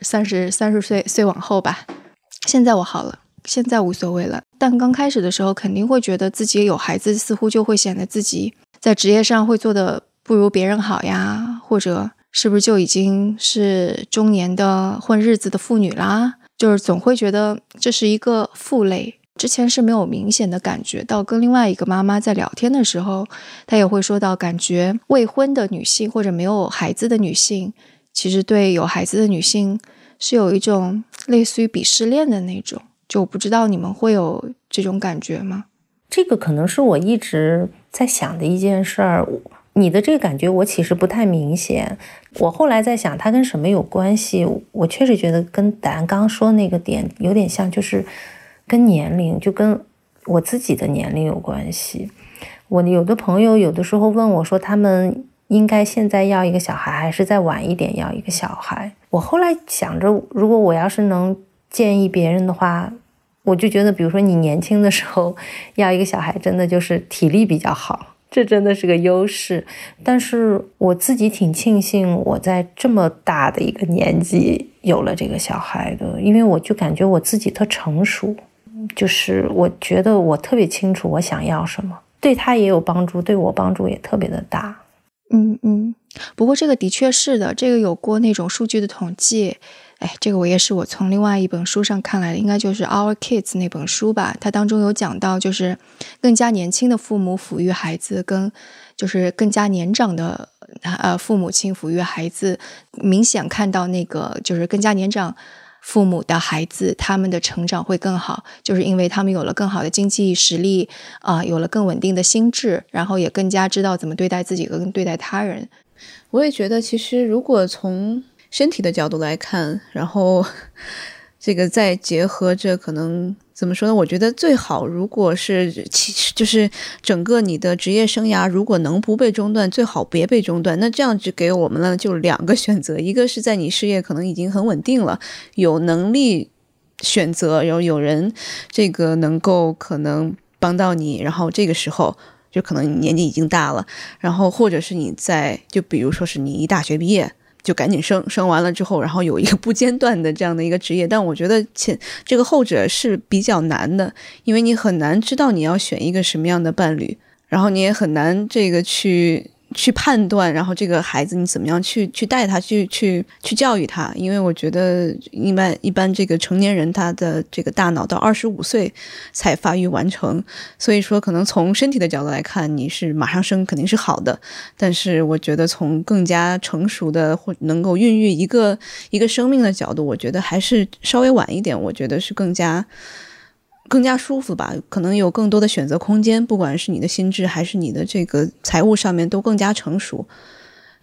30岁往后吧。现在我好了，现在无所谓了。但刚开始的时候肯定会觉得自己有孩子，似乎就会显得自己在职业上会做的不如别人好呀，或者是不是就已经是中年的混日子的妇女啦，就是总会觉得这是一个负累。之前是没有明显的感觉到，跟另外一个妈妈在聊天的时候，她也会说到，感觉未婚的女性或者没有孩子的女性，其实对有孩子的女性是有一种类似于鄙视链的那种。就我不知道你们会有这种感觉吗？ 这个可能是我一直在想的一件事儿。你的这个感觉我其实不太明显，我后来在想它跟什么有关系。我确实觉得跟达安刚刚说那个点有点像，就是跟年龄，就跟我自己的年龄有关系。我有的朋友有的时候问我说，他们应该现在要一个小孩，还是再晚一点要一个小孩。我后来想着，如果我要是能建议别人的话，我就觉得比如说你年轻的时候要一个小孩，真的就是体力比较好，这真的是个优势。但是我自己挺庆幸我在这么大的一个年纪有了这个小孩的，因为我就感觉我自己特成熟，就是我觉得我特别清楚我想要什么，对他也有帮助，对我帮助也特别的大。 不过这个的确是的，这个有过那种数据的统计。这个我也是我从另外一本书上看来的，应该就是 Our Kids 那本书吧。它当中有讲到，就是更加年轻的父母抚育孩子，跟就是更加年长的父母亲抚育孩子，明显看到那个就是更加年长父母的孩子，他们的成长会更好，就是因为他们有了更好的经济实力有了更稳定的心智，然后也更加知道怎么对待自己跟对待他人。 我也觉得其实如果从身体的角度来看，然后这个再结合着可能怎么说呢，我觉得最好如果是就是整个你的职业生涯如果能不被中断，最好别被中断。那这样只给我们了就2个选择，一个是在你事业可能已经很稳定了，有能力选择，然后有人这个能够可能帮到你，然后这个时候就可能你年纪已经大了，然后或者是你在就比如说是你一大学毕业就赶紧生完了之后，然后有一个不间断的这样的一个职业。但我觉得这个后者是比较难的，因为你很难知道你要选一个什么样的伴侣，然后你也很难这个去判断，然后这个孩子你怎么样去带他去教育他。因为我觉得一般这个成年人他的这个大脑到25岁才发育完成，所以说可能从身体的角度来看你是马上生肯定是好的，但是我觉得从更加成熟的或能够孕育一个生命的角度，我觉得还是稍微晚一点，我觉得是更加舒服吧，可能有更多的选择空间，不管是你的心智还是你的这个财务上面都更加成熟。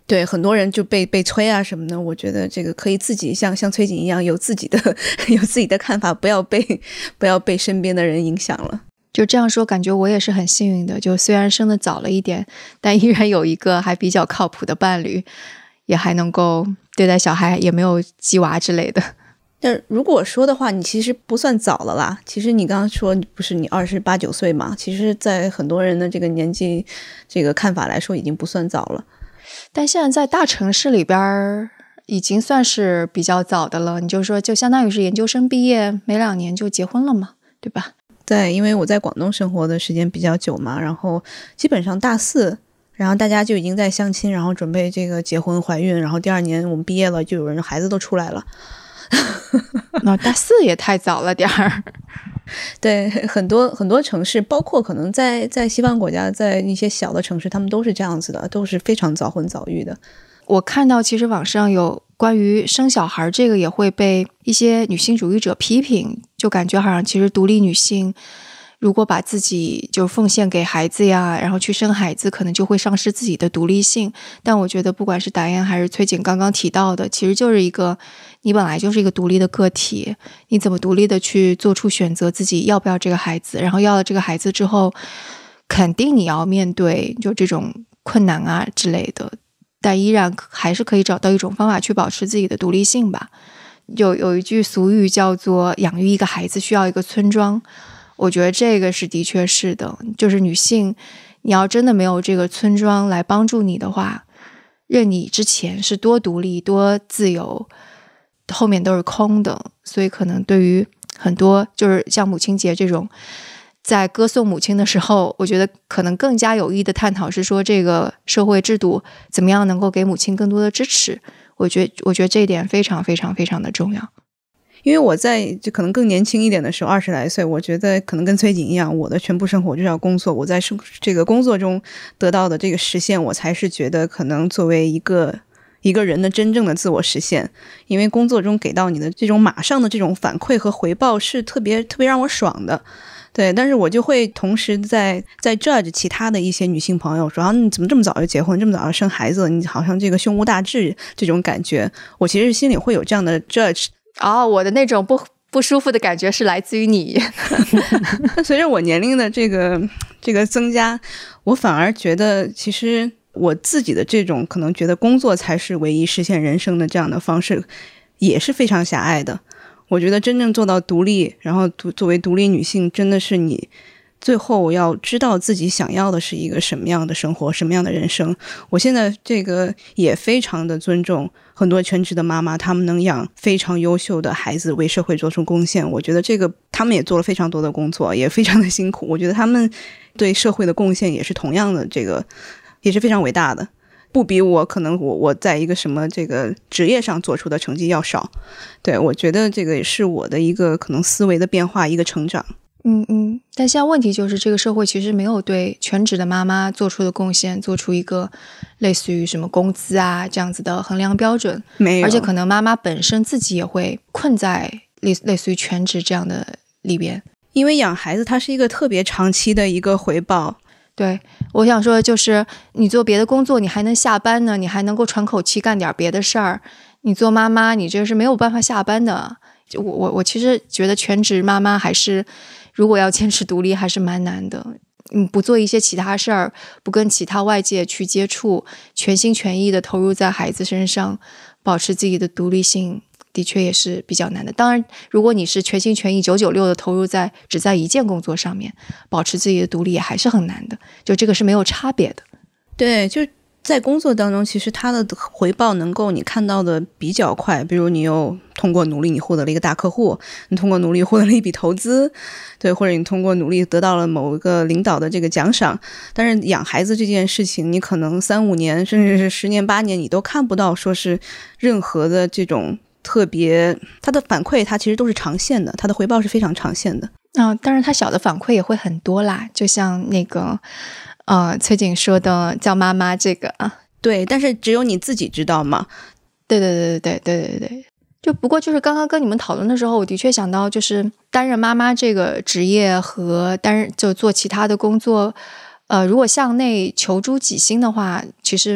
对，很多人就被催啊什么的，我觉得这个可以自己像崔瑾一样有自己的看法，不要被身边的人影响了。 就这样说，感觉我也是很幸运的，就虽然生得早了一点，但依然有一个还比较靠谱的伴侣，也还能够对待小孩，也没有鸡娃之类的。 但如果说的话，你其实不算早了啦。其实你刚刚说不是你28、29岁嘛，其实在很多人的这个年纪这个看法来说已经不算早了。 但现在在大城市里边已经算是比较早的了，你就说就相当于是研究生毕业没2年就结婚了嘛，对吧？ 对，因为我在广东生活的时间比较久嘛，然后基本上大4，然后大家就已经在相亲，然后准备这个结婚怀孕，然后第2年我们毕业了，就有人孩子都出来了。 那大4也太早了点儿。 对，很多城市，包括可能在西方国家，在一些小的城市，他们都是这样子的，都是非常早婚早育的。 我看到其实网上有关于生小孩这个也会被一些女性主义者批评，就感觉好像其实独立女性如果把自己就奉献给孩子呀，然后去生孩子，可能就会丧失自己的独立性。但我觉得不管是达燕还是崔瑾刚刚提到的，其实就是一个你本来就是一个独立的个体，你怎么独立的去做出选择，自己要不要这个孩子，然后要了这个孩子之后，肯定你要面对就这种困难啊之类的，但依然还是可以找到一种方法去保持自己的独立性吧。有一句俗语叫做养育一个孩子需要一个村庄，我觉得这个是的确是的，就是女性你要真的没有这个村庄来帮助你的话，任你之前是多独立多自由，后面都是空的。所以可能对于很多就是像母亲节这种在歌颂母亲的时候，我觉得可能更加有益的探讨是说这个社会制度怎么样能够给母亲更多的支持。我觉得这一点非常非常非常的重要。 因为我在就可能更年轻一点的时候，20来岁，我觉得可能跟崔瑾一样，我的全部生活就是要工作，我在这个工作中得到的这个实现，我才是觉得可能作为一个人的真正的自我实现。因为工作中给到你的这种马上的这种反馈和回报是特别特别让我爽的。对，但是我就会同时在 judge 其他的一些女性朋友说，你怎么这么早就结婚，这么早就生孩子，你好像这个胸无大志这种感觉，我其实心里会有这样的 judge。 我的那种不舒服的感觉是来自于你。 随着我年龄的这个增加，我反而觉得其实我自己的这种可能觉得工作才是唯一实现人生的这样的方式也是非常狭隘的。我觉得真正做到独立，然后作为独立女性，真的是你最后要知道自己想要的是一个什么样的生活，什么样的人生。我现在这个也非常的尊重很多全职的妈妈，她们能养非常优秀的孩子，为社会做出贡献。我觉得这个她们也做了非常多的工作，也非常的辛苦。我觉得她们对社会的贡献也是同样的，这个也是非常伟大的，不比我可能我在一个什么这个职业上做出的成绩要少。对，我觉得这个也是我的一个可能思维的变化，一个成长。 但现在问题就是这个社会其实没有对全职的妈妈做出的贡献做出一个类似于什么工资啊这样子的衡量标准， 没有。 而且可能妈妈本身自己也会困在类似于全职这样的里边， 因为养孩子它是一个特别长期的一个回报。 对，我想说的就是你做别的工作你还能下班呢，你还能够喘口气干点别的事儿，你做妈妈你这是没有办法下班的。我其实觉得全职妈妈还是如果要坚持独立还是蛮难的。不做一些其他事儿，不跟其他外界去接触，全心全意的投入在孩子身上，保持自己的独立性的确也是比较难的。当然如果你是全心全意996的投入在只在一件工作上面，保持自己的独立也还是很难的，就这个是没有差别的。 对，就在工作当中其实它的回报能够你看到的比较快，比如你又通过努力你获得了一个大客户，你通过努力获得了一笔投资，对，或者你通过努力得到了某一个领导的这个奖赏。但是养孩子这件事情你可能3-5年甚至是10年8年你都看不到说是任何的这种特别，它的反馈它其实都是长线的，它的回报是非常长线的。 当然它小的反馈也会很多啦，就像那个崔瑾说的叫妈妈这个对，但是只有你自己知道嘛。 对，就不过就是刚刚跟你们讨论的时候，我的确想到就是担任妈妈这个职业和就做其他的工作如果向内求诸己心的话，其实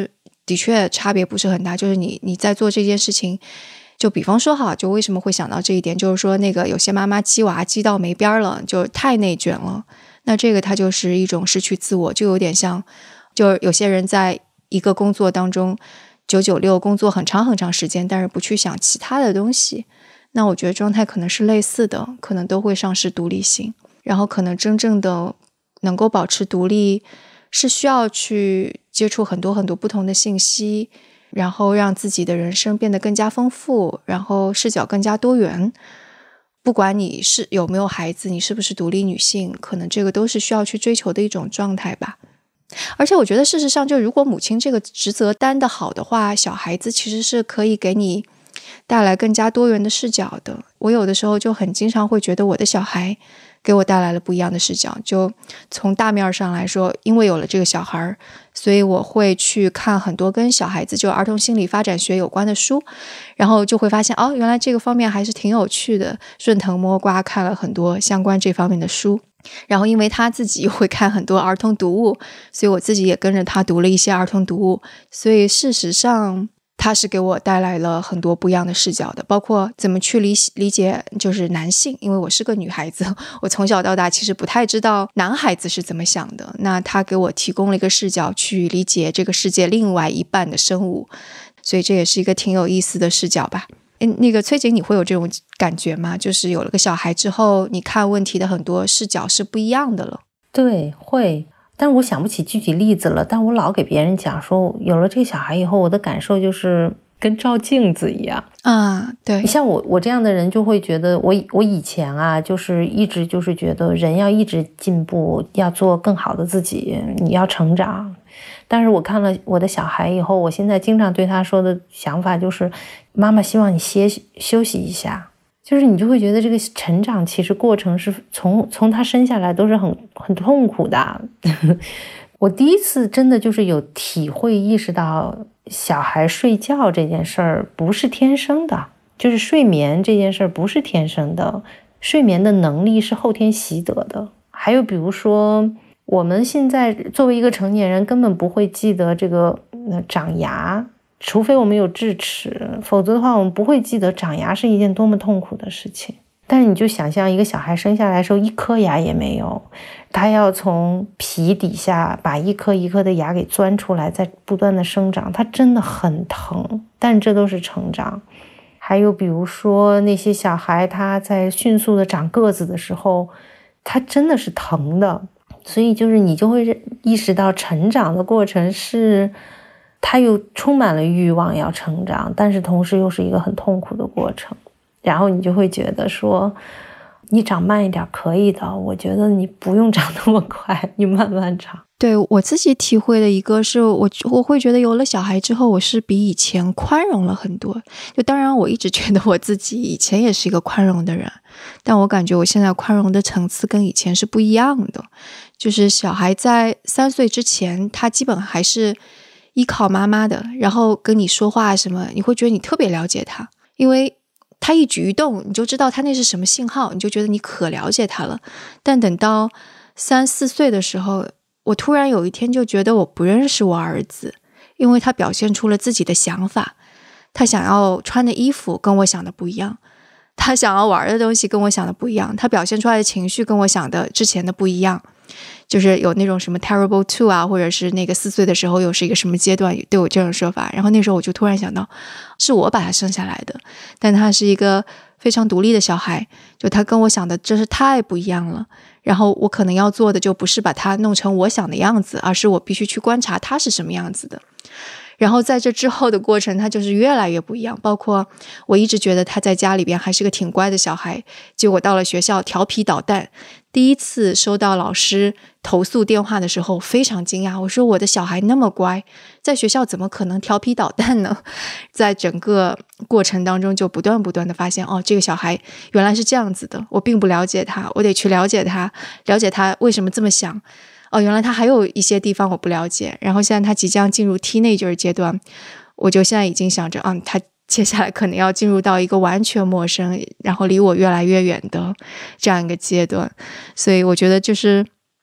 的确差别不是很大，就是你在做这件事情，就比方说哈，就为什么会想到这一点，就是说那个有些妈妈鸡娃鸡到没边了，就太内卷了，那这个它就是一种失去自我，就有点像，就有些人在一个工作当中996工作很长很长时间，但是不去想其他的东西，那我觉得状态可能是类似的，可能都会丧失独立性，然后可能真正的能够保持独立是需要去接触很多很多不同的信息，然后让自己的人生变得更加丰富，然后视角更加多元。不管你是有没有孩子，你是不是独立女性，可能这个都是需要去追求的一种状态吧。而且我觉得事实上，就如果母亲这个职责担得好的话，小孩子其实是可以给你带来更加多元的视角的。我有的时候就很经常会觉得我的小孩给我带来了不一样的视角，就从大面上来说，因为有了这个小孩，所以我会去看很多跟小孩子就儿童心理发展学有关的书，然后就会发现哦，原来这个方面还是挺有趣的，顺藤摸瓜看了很多相关这方面的书。然后因为他自己又会看很多儿童读物，所以我自己也跟着他读了一些儿童读物，所以事实上他是给我带来了很多不一样的视角的，包括怎么去理解就是男性，因为我是个女孩子，我从小到大其实不太知道男孩子是怎么想的，那他给我提供了一个视角去理解这个世界另外一半的生物，所以这也是一个挺有意思的视角吧。那个崔景，你会有这种感觉吗？就是有了个小孩之后，你看问题的很多视角是不一样的了。 对，会，但我想不起具体例子了，但我老给别人讲说，有了这个小孩以后，我的感受就是跟照镜子一样啊。对， 像我这样的人就会觉得，我以前啊，就是一直就是觉得人要一直进步，要做更好的自己，你要成长。但是我看了我的小孩以后，我现在经常对他说的想法就是，妈妈希望你休息一下。就是你就会觉得这个成长其实过程是从他生下来都是很痛苦的。我第一次真的就是有体会意识到小孩睡觉这件事儿不是天生的，就是睡眠这件事儿不是天生的，睡眠的能力是后天习得的。还有比如说我们现在作为一个成年人根本不会记得这个长牙，除非我们有智齿，否则的话我们不会记得长牙是一件多么痛苦的事情。但是你就想象一个小孩生下来的时候一颗牙也没有，他要从皮底下把一颗一颗的牙给钻出来，再不断的生长，他真的很疼，但这都是成长。还有比如说那些小孩他在迅速的长个子的时候，他真的是疼的。所以就是你就会意识到成长的过程是他又充满了欲望要成长，但是同时又是一个很痛苦的过程。然后你就会觉得说你长慢一点可以的，我觉得你不用长那么快，你慢慢长。 对，我自己体会的一个是我会觉得有了小孩之后，我是比以前宽容了很多。就当然我一直觉得我自己以前也是一个宽容的人，但我感觉我现在宽容的层次跟以前是不一样的。就是小孩在3岁之前，他基本还是依靠妈妈的，然后跟你说话什么，你会觉得你特别了解他，因为他一举一动你就知道他那是什么信号，你就觉得你可了解他了。但等到3、4岁的时候，我突然有一天就觉得我不认识我儿子，因为他表现出了自己的想法，他想要穿的衣服跟我想的不一样，他想要玩的东西跟我想的不一样，他表现出来的情绪跟我想的之前的不一样。就是有那种什么 terrible two 啊，或者是那个4岁的时候又是一个什么阶段，都有这种说法。然后那时候我就突然想到，是我把他生下来的，但他是一个非常独立的小孩，就他跟我想的真是太不一样了。然后我可能要做的就不是把他弄成我想的样子，而是我必须去观察他是什么样子的。然后在这之后的过程，他就是越来越不一样。包括我一直觉得他在家里边还是个挺乖的小孩，结果到了学校调皮捣蛋。第一次收到老师投诉电话的时候非常惊讶，我说我的小孩那么乖，在学校怎么可能调皮捣蛋呢？在整个过程当中就不断的发现，哦，这个小孩原来是这样子的，我并不了解他，我得去了解他，了解他为什么这么想。哦，原来他还有一些地方我不了解。然后现在他即将进入 teenager 阶段，我就现在已经想着，他接下来可能要进入到一个完全陌生，然后离我越来越远的这样一个阶段。所以我觉得就是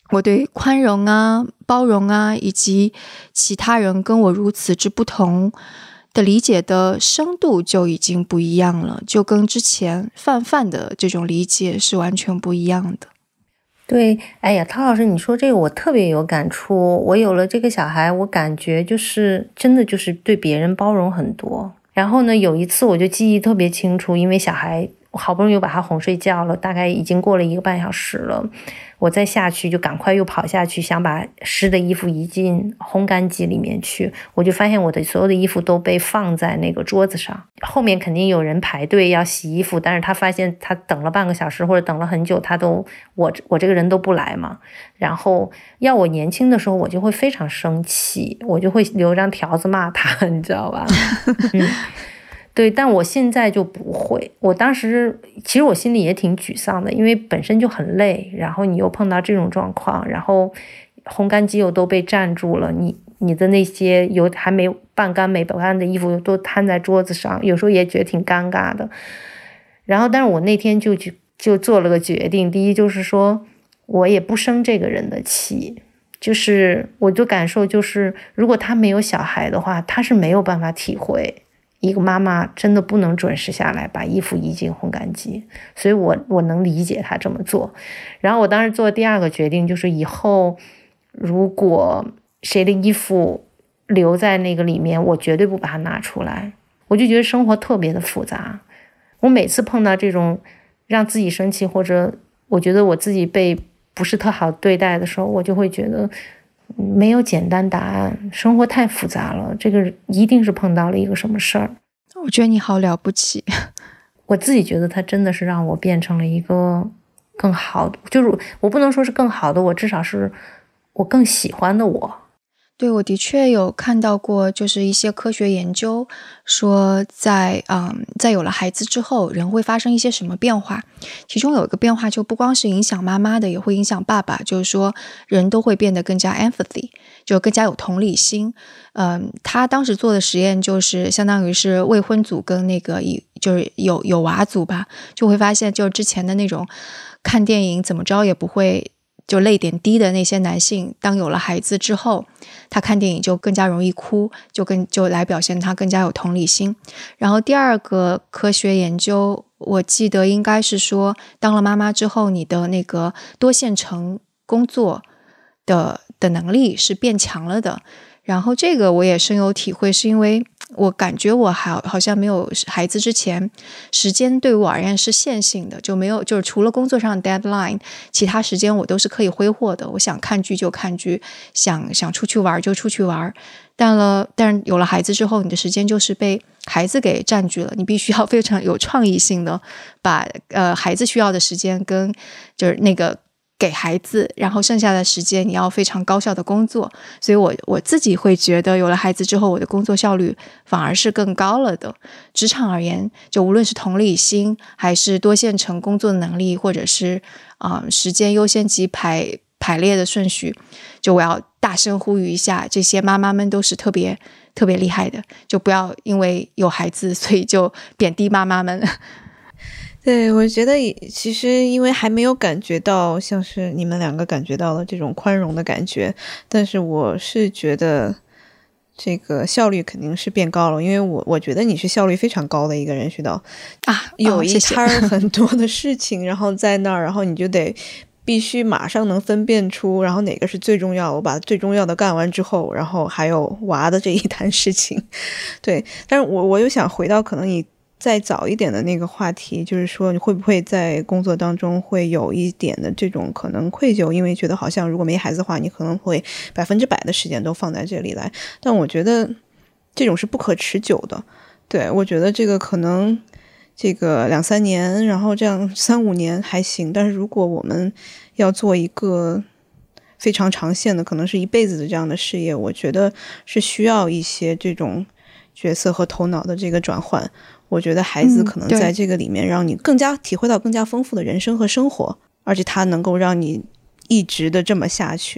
我对宽容啊、包容啊，以及其他人跟我如此之不同的理解的深度就已经不一样了，就跟之前泛的这种理解是完全不一样的。 对，哎呀，陶老师，你说这个我特别有感触。我有了这个小孩，我感觉就是真的就是对别人包容很多。然后呢，有一次我就记忆特别清楚，因为小孩我好不容易把他哄睡觉了，大概已经过了1个半小时了，我再下去就赶快又跑下去，想把湿的衣服移进烘干机里面去。我就发现我的所有的衣服都被放在那个桌子上，后面肯定有人排队要洗衣服，但是他发现他等了半个小时或者等了很久，他都我这个人都不来嘛。然后要我年轻的时候，我就会非常生气，我就会留张条子骂他，你知道吧？对，但我现在就不会。我当时其实我心里也挺沮丧的，因为本身就很累，然后你又碰到这种状况，然后烘干机又都被占住了，你的那些还没半干没干的衣服都摊在桌子上，有时候也觉得挺尴尬的。然后但是我那天就做了个决定，第一就是说我也不生这个人的气，就是我就感受就是如果他没有小孩的话，他是没有办法体会一个妈妈真的不能准时下来把衣服移进烘干机，所以我能理解他这么做。然后我当时做第2个决定，就是以后如果谁的衣服留在那个里面，我绝对不把它拿出来。我就觉得生活特别的复杂，我每次碰到这种让自己生气，或者我觉得我自己被不是特好对待的时候，我就会觉得没有简单答案，生活太复杂了，这个一定是碰到了一个什么事儿。 我觉得你好了不起。 我自己觉得它真的是让我变成了一个更好的，就是我不能说是更好的我，至少是我更喜欢的我。 对，我的确有看到过，就是一些科学研究说在有了孩子之后，人会发生一些什么变化。其中有一个变化就不光是影响妈妈的，也会影响爸爸，就是说人都会变得更加 empathy， 就更加有同理心。他当时做的实验就是相当于是未婚组跟那个就是有娃组吧，就会发现就之前的那种看电影怎么着也不会就泪点低的那些男性，当有了孩子之后，他看电影就更加容易哭，就来表现他更加有同理心。然后第2个科学研究，我记得应该是说，当了妈妈之后，你的那个多线程工作的能力是变强了的。然后这个我也深有体会，是因为我感觉我好像没有孩子之前，时间对我而言是线性的，就没有就是除了工作上的 deadline， 其他时间我都是可以挥霍的。我想看剧就看剧，想出去玩就出去玩。但是有了孩子之后，你的时间就是被孩子给占据了，你必须要非常有创意性的把孩子需要的时间跟就是那个给孩子，然后剩下的时间你要非常高效的工作。所以我自己会觉得有了孩子之后，我的工作效率反而是更高了的。职场而言，就无论是同理心还是多线程工作的能力，或者是时间优先级排列的顺序，就我要大声呼吁一下，这些妈妈们都是特别特别厉害的，就不要因为有孩子所以就贬低妈妈们。 对，我觉得其实因为还没有感觉到像是你们2个感觉到了这种宽容的感觉，但是我是觉得这个效率肯定是变高了，因为我觉得你是效率非常高的一个人，徐导有一摊很多的事情然后在那儿，然后你就得必须马上能分辨出，然后哪个是最重要，我把最重要的干完之后，然后还有娃的这一摊事情。对，但是我又想回到可能你再早一点的那个话题，就是说你会不会在工作当中会有一点的这种可能愧疚，因为觉得好像如果没孩子的话，你可能会100%的时间都放在这里来。但我觉得这种是不可持久的。对，我觉得这个可能这个2-3年，然后这样3-5年还行，但是如果我们要做一个非常长线的，可能是一辈子的这样的事业，我觉得是需要一些这种角色和头脑的这个转换。我觉得孩子可能在这个里面让你更加体会到更加丰富的人生和生活，而且它能够让你一直的这么下去。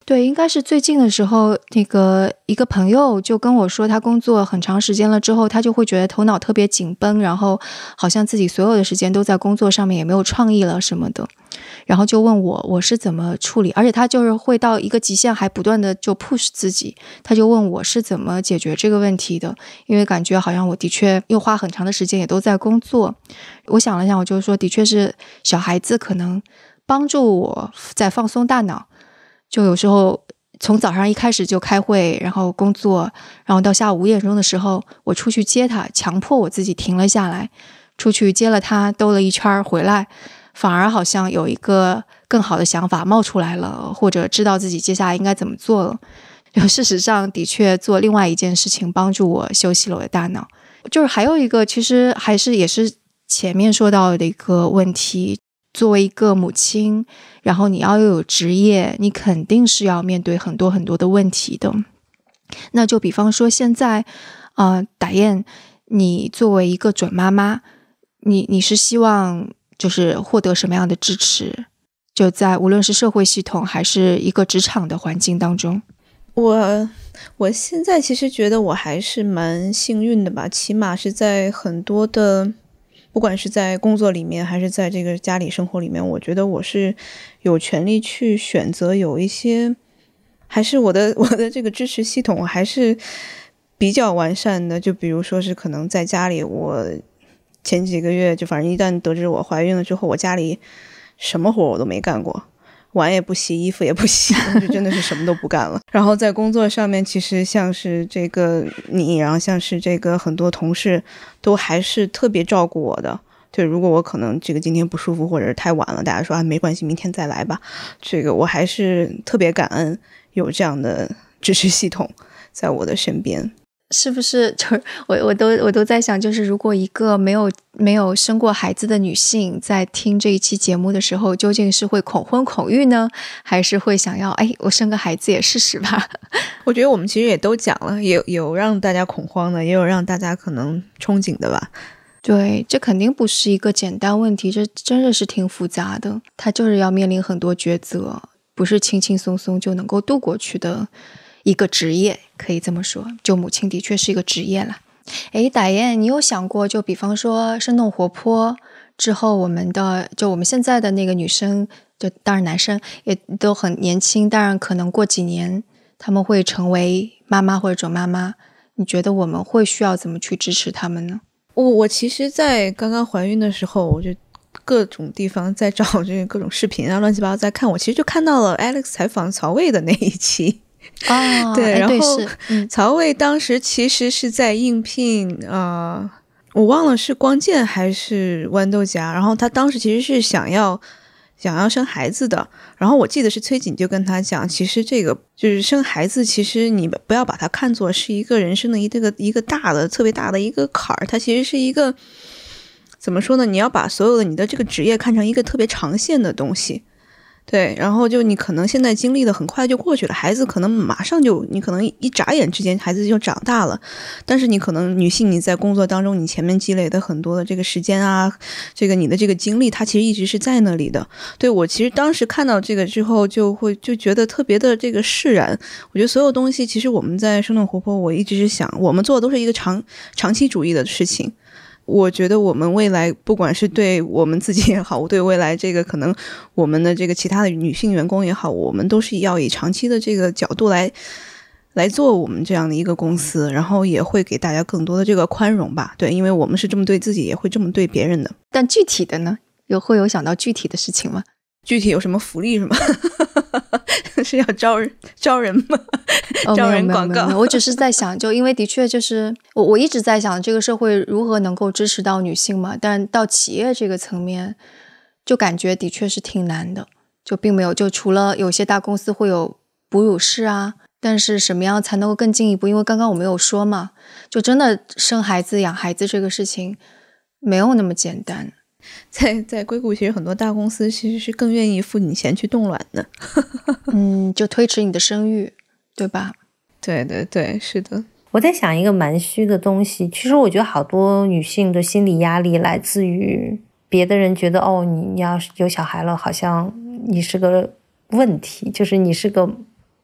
对，应该是最近的时候，那个一个朋友就跟我说，他工作很长时间了之后，他就会觉得头脑特别紧绷，然后好像自己所有的时间都在工作上面，也没有创意了什么的。然后就问我是怎么处理，而且他就是会到一个极限，还不断的就 push 自己。他就问我是怎么解决这个问题的，因为感觉好像我的确又花很长的时间也都在工作。我想了想，我就说，的确是小孩子可能帮助我在放松大脑。就有时候从早上一开始就开会，然后工作，然后到下午5点钟的时候，我出去接他，强迫我自己停了下来，出去接了他，兜了一圈回来，反而好像有一个更好的想法冒出来了，或者知道自己接下来应该怎么做了。就事实上的确做另外一件事情帮助我休息了我的大脑。就是还有一个其实还是也是前面说到的一个问题，作为一个母亲，然后你要又有职业，你肯定是要面对很多很多的问题的。那就比方说现在打雁，你作为一个准妈妈，你是希望就是获得什么样的支持，就在无论是社会系统还是一个职场的环境当中？ 我现在其实觉得我还是蛮幸运的吧，起码是在很多的不管是在工作里面还是在这个家里生活里面，我觉得我是有权利去选择，有一些还是我的这个支持系统还是比较完善的。就比如说是可能在家里，我前几个月就反正一旦得知我怀孕了之后，我家里什么活我都没干过，碗也不洗，衣服也不洗，就真的是什么都不干了。然后在工作上面，其实像是这个你，然后像是这个很多同事都还是特别照顾我的。对，如果我可能这个今天不舒服或者是太晚了，大家说没关系，明天再来吧。这个我还是特别感恩有这样的支持系统在我的身边。 是不是就是我都在想，就是如果一个没有生过孩子的女性在听这一期节目的时候，究竟是会恐婚恐育呢，还是会想要我生个孩子也试试吧？ 我觉得我们其实也都讲了，有让大家恐慌的，也有让大家可能憧憬的吧。 对，这肯定不是一个简单问题，这真的是挺复杂的，它就是要面临很多抉择，不是轻轻松松就能够度过去的一个职业，可以这么说，就母亲的确是一个职业了。打雁，你有想过就比方说生动活泼之后，我们现在的那个女生，就当然男生也都很年轻，当然可能过几年他们会成为妈妈或者准妈妈，你觉得我们会需要怎么去支持他们呢？ 我其实在刚刚怀孕的时候，我就各种地方在找这个各种视频啊，乱七八糟在看，我其实就看到了 Alex 采访曹魏的那一期。对，然后曹魏当时其实是在应聘我忘了是光剑还是豌豆荚，然后他当时其实是想要生孩子的，然后我记得是崔瑾就跟他讲，其实这个就是生孩子，其实你不要把它看作是一个人生的一个大的特别大的一个坎儿，它其实是一个怎么说呢，你要把所有的你的这个职业看成一个特别长线的东西。对，然后就你可能现在经历的很快就过去了，孩子可能马上就你可能一眨眼之间孩子就长大了，但是你可能女性你在工作当中你前面积累的很多的这个时间啊，这个你的这个经历它其实一直是在那里的。对，我其实当时看到这个之后就觉得特别的这个释然。我觉得所有东西其实我们在生动活泼，我一直是想我们做的都是一个长期主义的事情。我觉得我们未来不管是对我们自己也好，对未来这个可能我们的这个其他的女性员工也好，我们都是要以长期的这个角度来做我们这样的一个公司，然后也会给大家更多的这个宽容吧。对，因为我们是这么对自己，也会这么对别人的。 但具体的呢，会有想到具体的事情吗？ 具体有什么福利是吗？是要招人吗？招人广告？ 我只是在想，就因为的确就是我一直在想这个社会如何能够支持到女性嘛，但到企业这个层面就感觉的确是挺难的，就并没有，就除了有些大公司会有哺乳室啊，但是什么样才能够更进一步，因为刚刚我们有说嘛，就真的生孩子养孩子这个事情没有那么简单。 在硅谷其实很多大公司其实是更愿意付你钱去冻卵的就推迟你的生育，对吧？ 对对对，是的。 我在想一个蛮虚的东西，其实我觉得好多女性的心理压力来自于别的人觉得你要有小孩了，好像你是个问题，就是你是个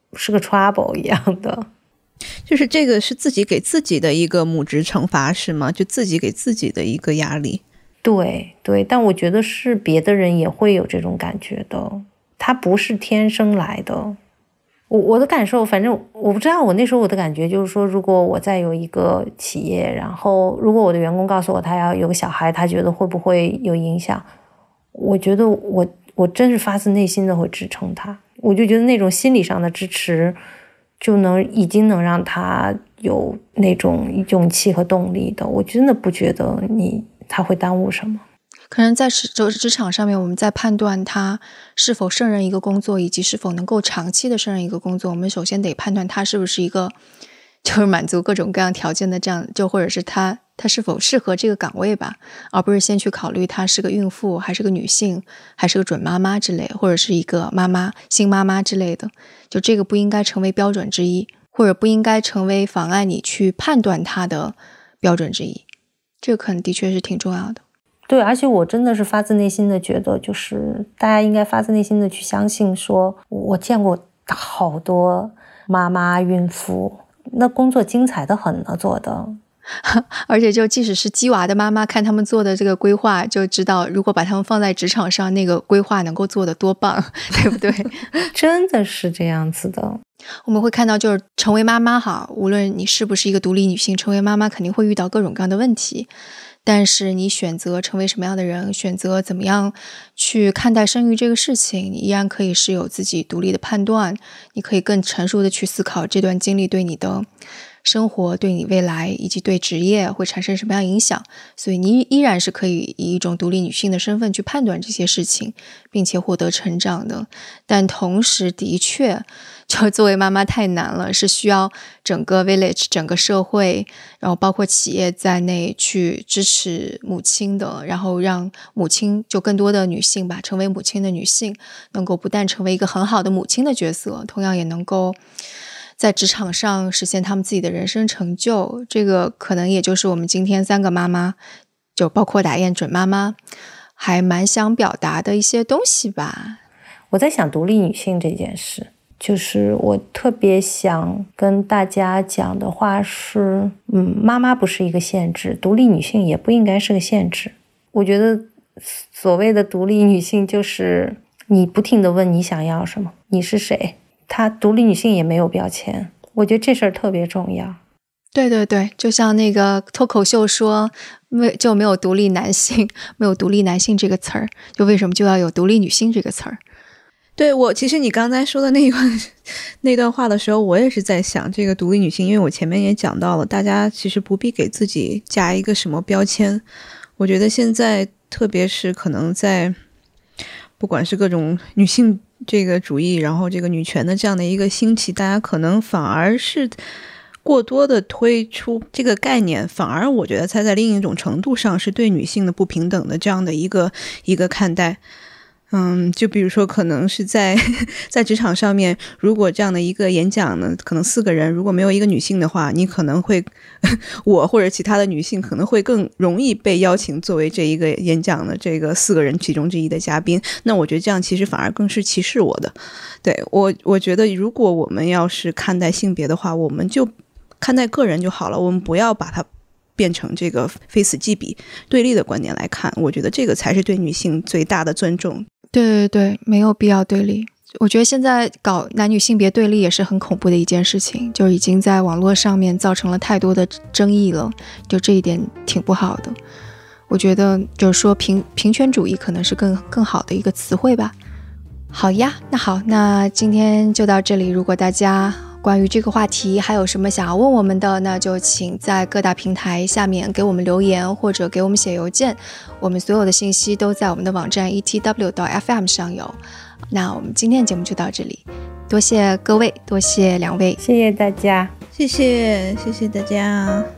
是个 trouble 一样的。 就是这个是自己给自己的一个母职惩罚是吗？就自己给自己的一个压力。 对对，但我觉得是别的人也会有这种感觉的，它不是天生来的。我的感受，反正我不知道，我那时候我的感觉就是说，如果我再有一个企业，然后如果我的员工告诉我他要有个小孩，他觉得会不会有影响，我觉得我真是发自内心的会支撑他。我就觉得那种心理上的支持就已经能让他有那种勇气和动力的。我真的不觉得他会耽误什么。 可能在职场上面，我们在判断他是否胜任一个工作，以及是否能够长期的胜任一个工作，我们首先得判断他是不是一个就是满足各种各样条件的这样，就或者是他是否适合这个岗位吧，而不是先去考虑他是个孕妇还是个女性还是个准妈妈之类，或者是一个新妈妈之类的，就这个不应该成为标准之一，或者不应该成为妨碍你去判断他的标准之一，这个可能的确是挺重要的。 对，而且我真的是发自内心的觉得，就是大家应该发自内心的去相信说，我见过好多妈妈孕妇，那工作精彩的很呢，做的。 而且就即使是鸡娃的妈妈，看他们做的这个规划，就知道如果把他们放在职场上，那个规划能够做得多棒，对不对？ 真的是这样子的。 我们会看到，就是成为妈妈哈，无论你是不是一个独立女性，成为妈妈肯定会遇到各种各样的问题。但是你选择成为什么样的人，选择怎么样去看待生育这个事情，你依然可以是有自己独立的判断，你可以更成熟的去思考这段经历对你的生活、对你未来以及对职业会产生什么样影响，所以你依然是可以以一种独立女性的身份去判断这些事情，并且获得成长的。但同时的确就作为妈妈太难了，是需要整个 village 整个社会，然后包括企业在内去支持母亲的，然后让母亲就更多的女性吧，成为母亲的女性能够不但成为一个很好的母亲的角色，同样也能够在职场上实现他们自己的人生成就。这个可能也就是我们今天3个妈妈，就包括打雁准妈妈，还蛮想表达的一些东西吧。 我在想独立女性这件事，就是我特别想跟大家讲的话是，妈妈不是一个限制，独立女性也不应该是个限制。我觉得所谓的独立女性就是你不停地问你想要什么，你是谁，她独立女性也没有标签，我觉得这事儿特别重要。 对对对，就像那个脱口秀说就没有独立男性，没有独立男性这个词儿，就为什么就要有独立女性这个词儿。 对，其实你刚才说的那段话的时候，我也是在想这个独立女性，因为我前面也讲到了，大家其实不必给自己加一个什么标签。我觉得现在特别是可能在不管是各种女性这个主义，然后这个女权的这样的一个兴起，大家可能反而是过多的推出这个概念，反而我觉得它在另一种程度上是对女性的不平等的这样的一个看待。就比如说可能是在职场上面，如果这样的一个演讲呢，可能4个人如果没有一个女性的话，你可能会我或者其他的女性可能会更容易被邀请作为这一个演讲的这个4个人其中之一的嘉宾，那我觉得这样其实反而更是歧视我的。对，我觉得如果我们要是看待性别的话，我们就看待个人就好了，我们不要把它变成这个非此即彼对立的观点来看，我觉得这个才是对女性最大的尊重。 对对对，没有必要对立。我觉得现在搞男女性别对立也是很恐怖的一件事情，就已经在网络上面造成了太多的争议了，就这一点挺不好的。我觉得就是说平权主义可能是更好的一个词汇吧。好呀，那今天就到这里。如果大家关于这个话题还有什么想要问我们的，那就请在各大平台下面给我们留言或者给我们写邮件，我们所有的信息都在我们的网站 etw.fm 上有。那我们今天的节目就到这里，多谢各位，多谢2位， 谢谢大家， 谢谢大家。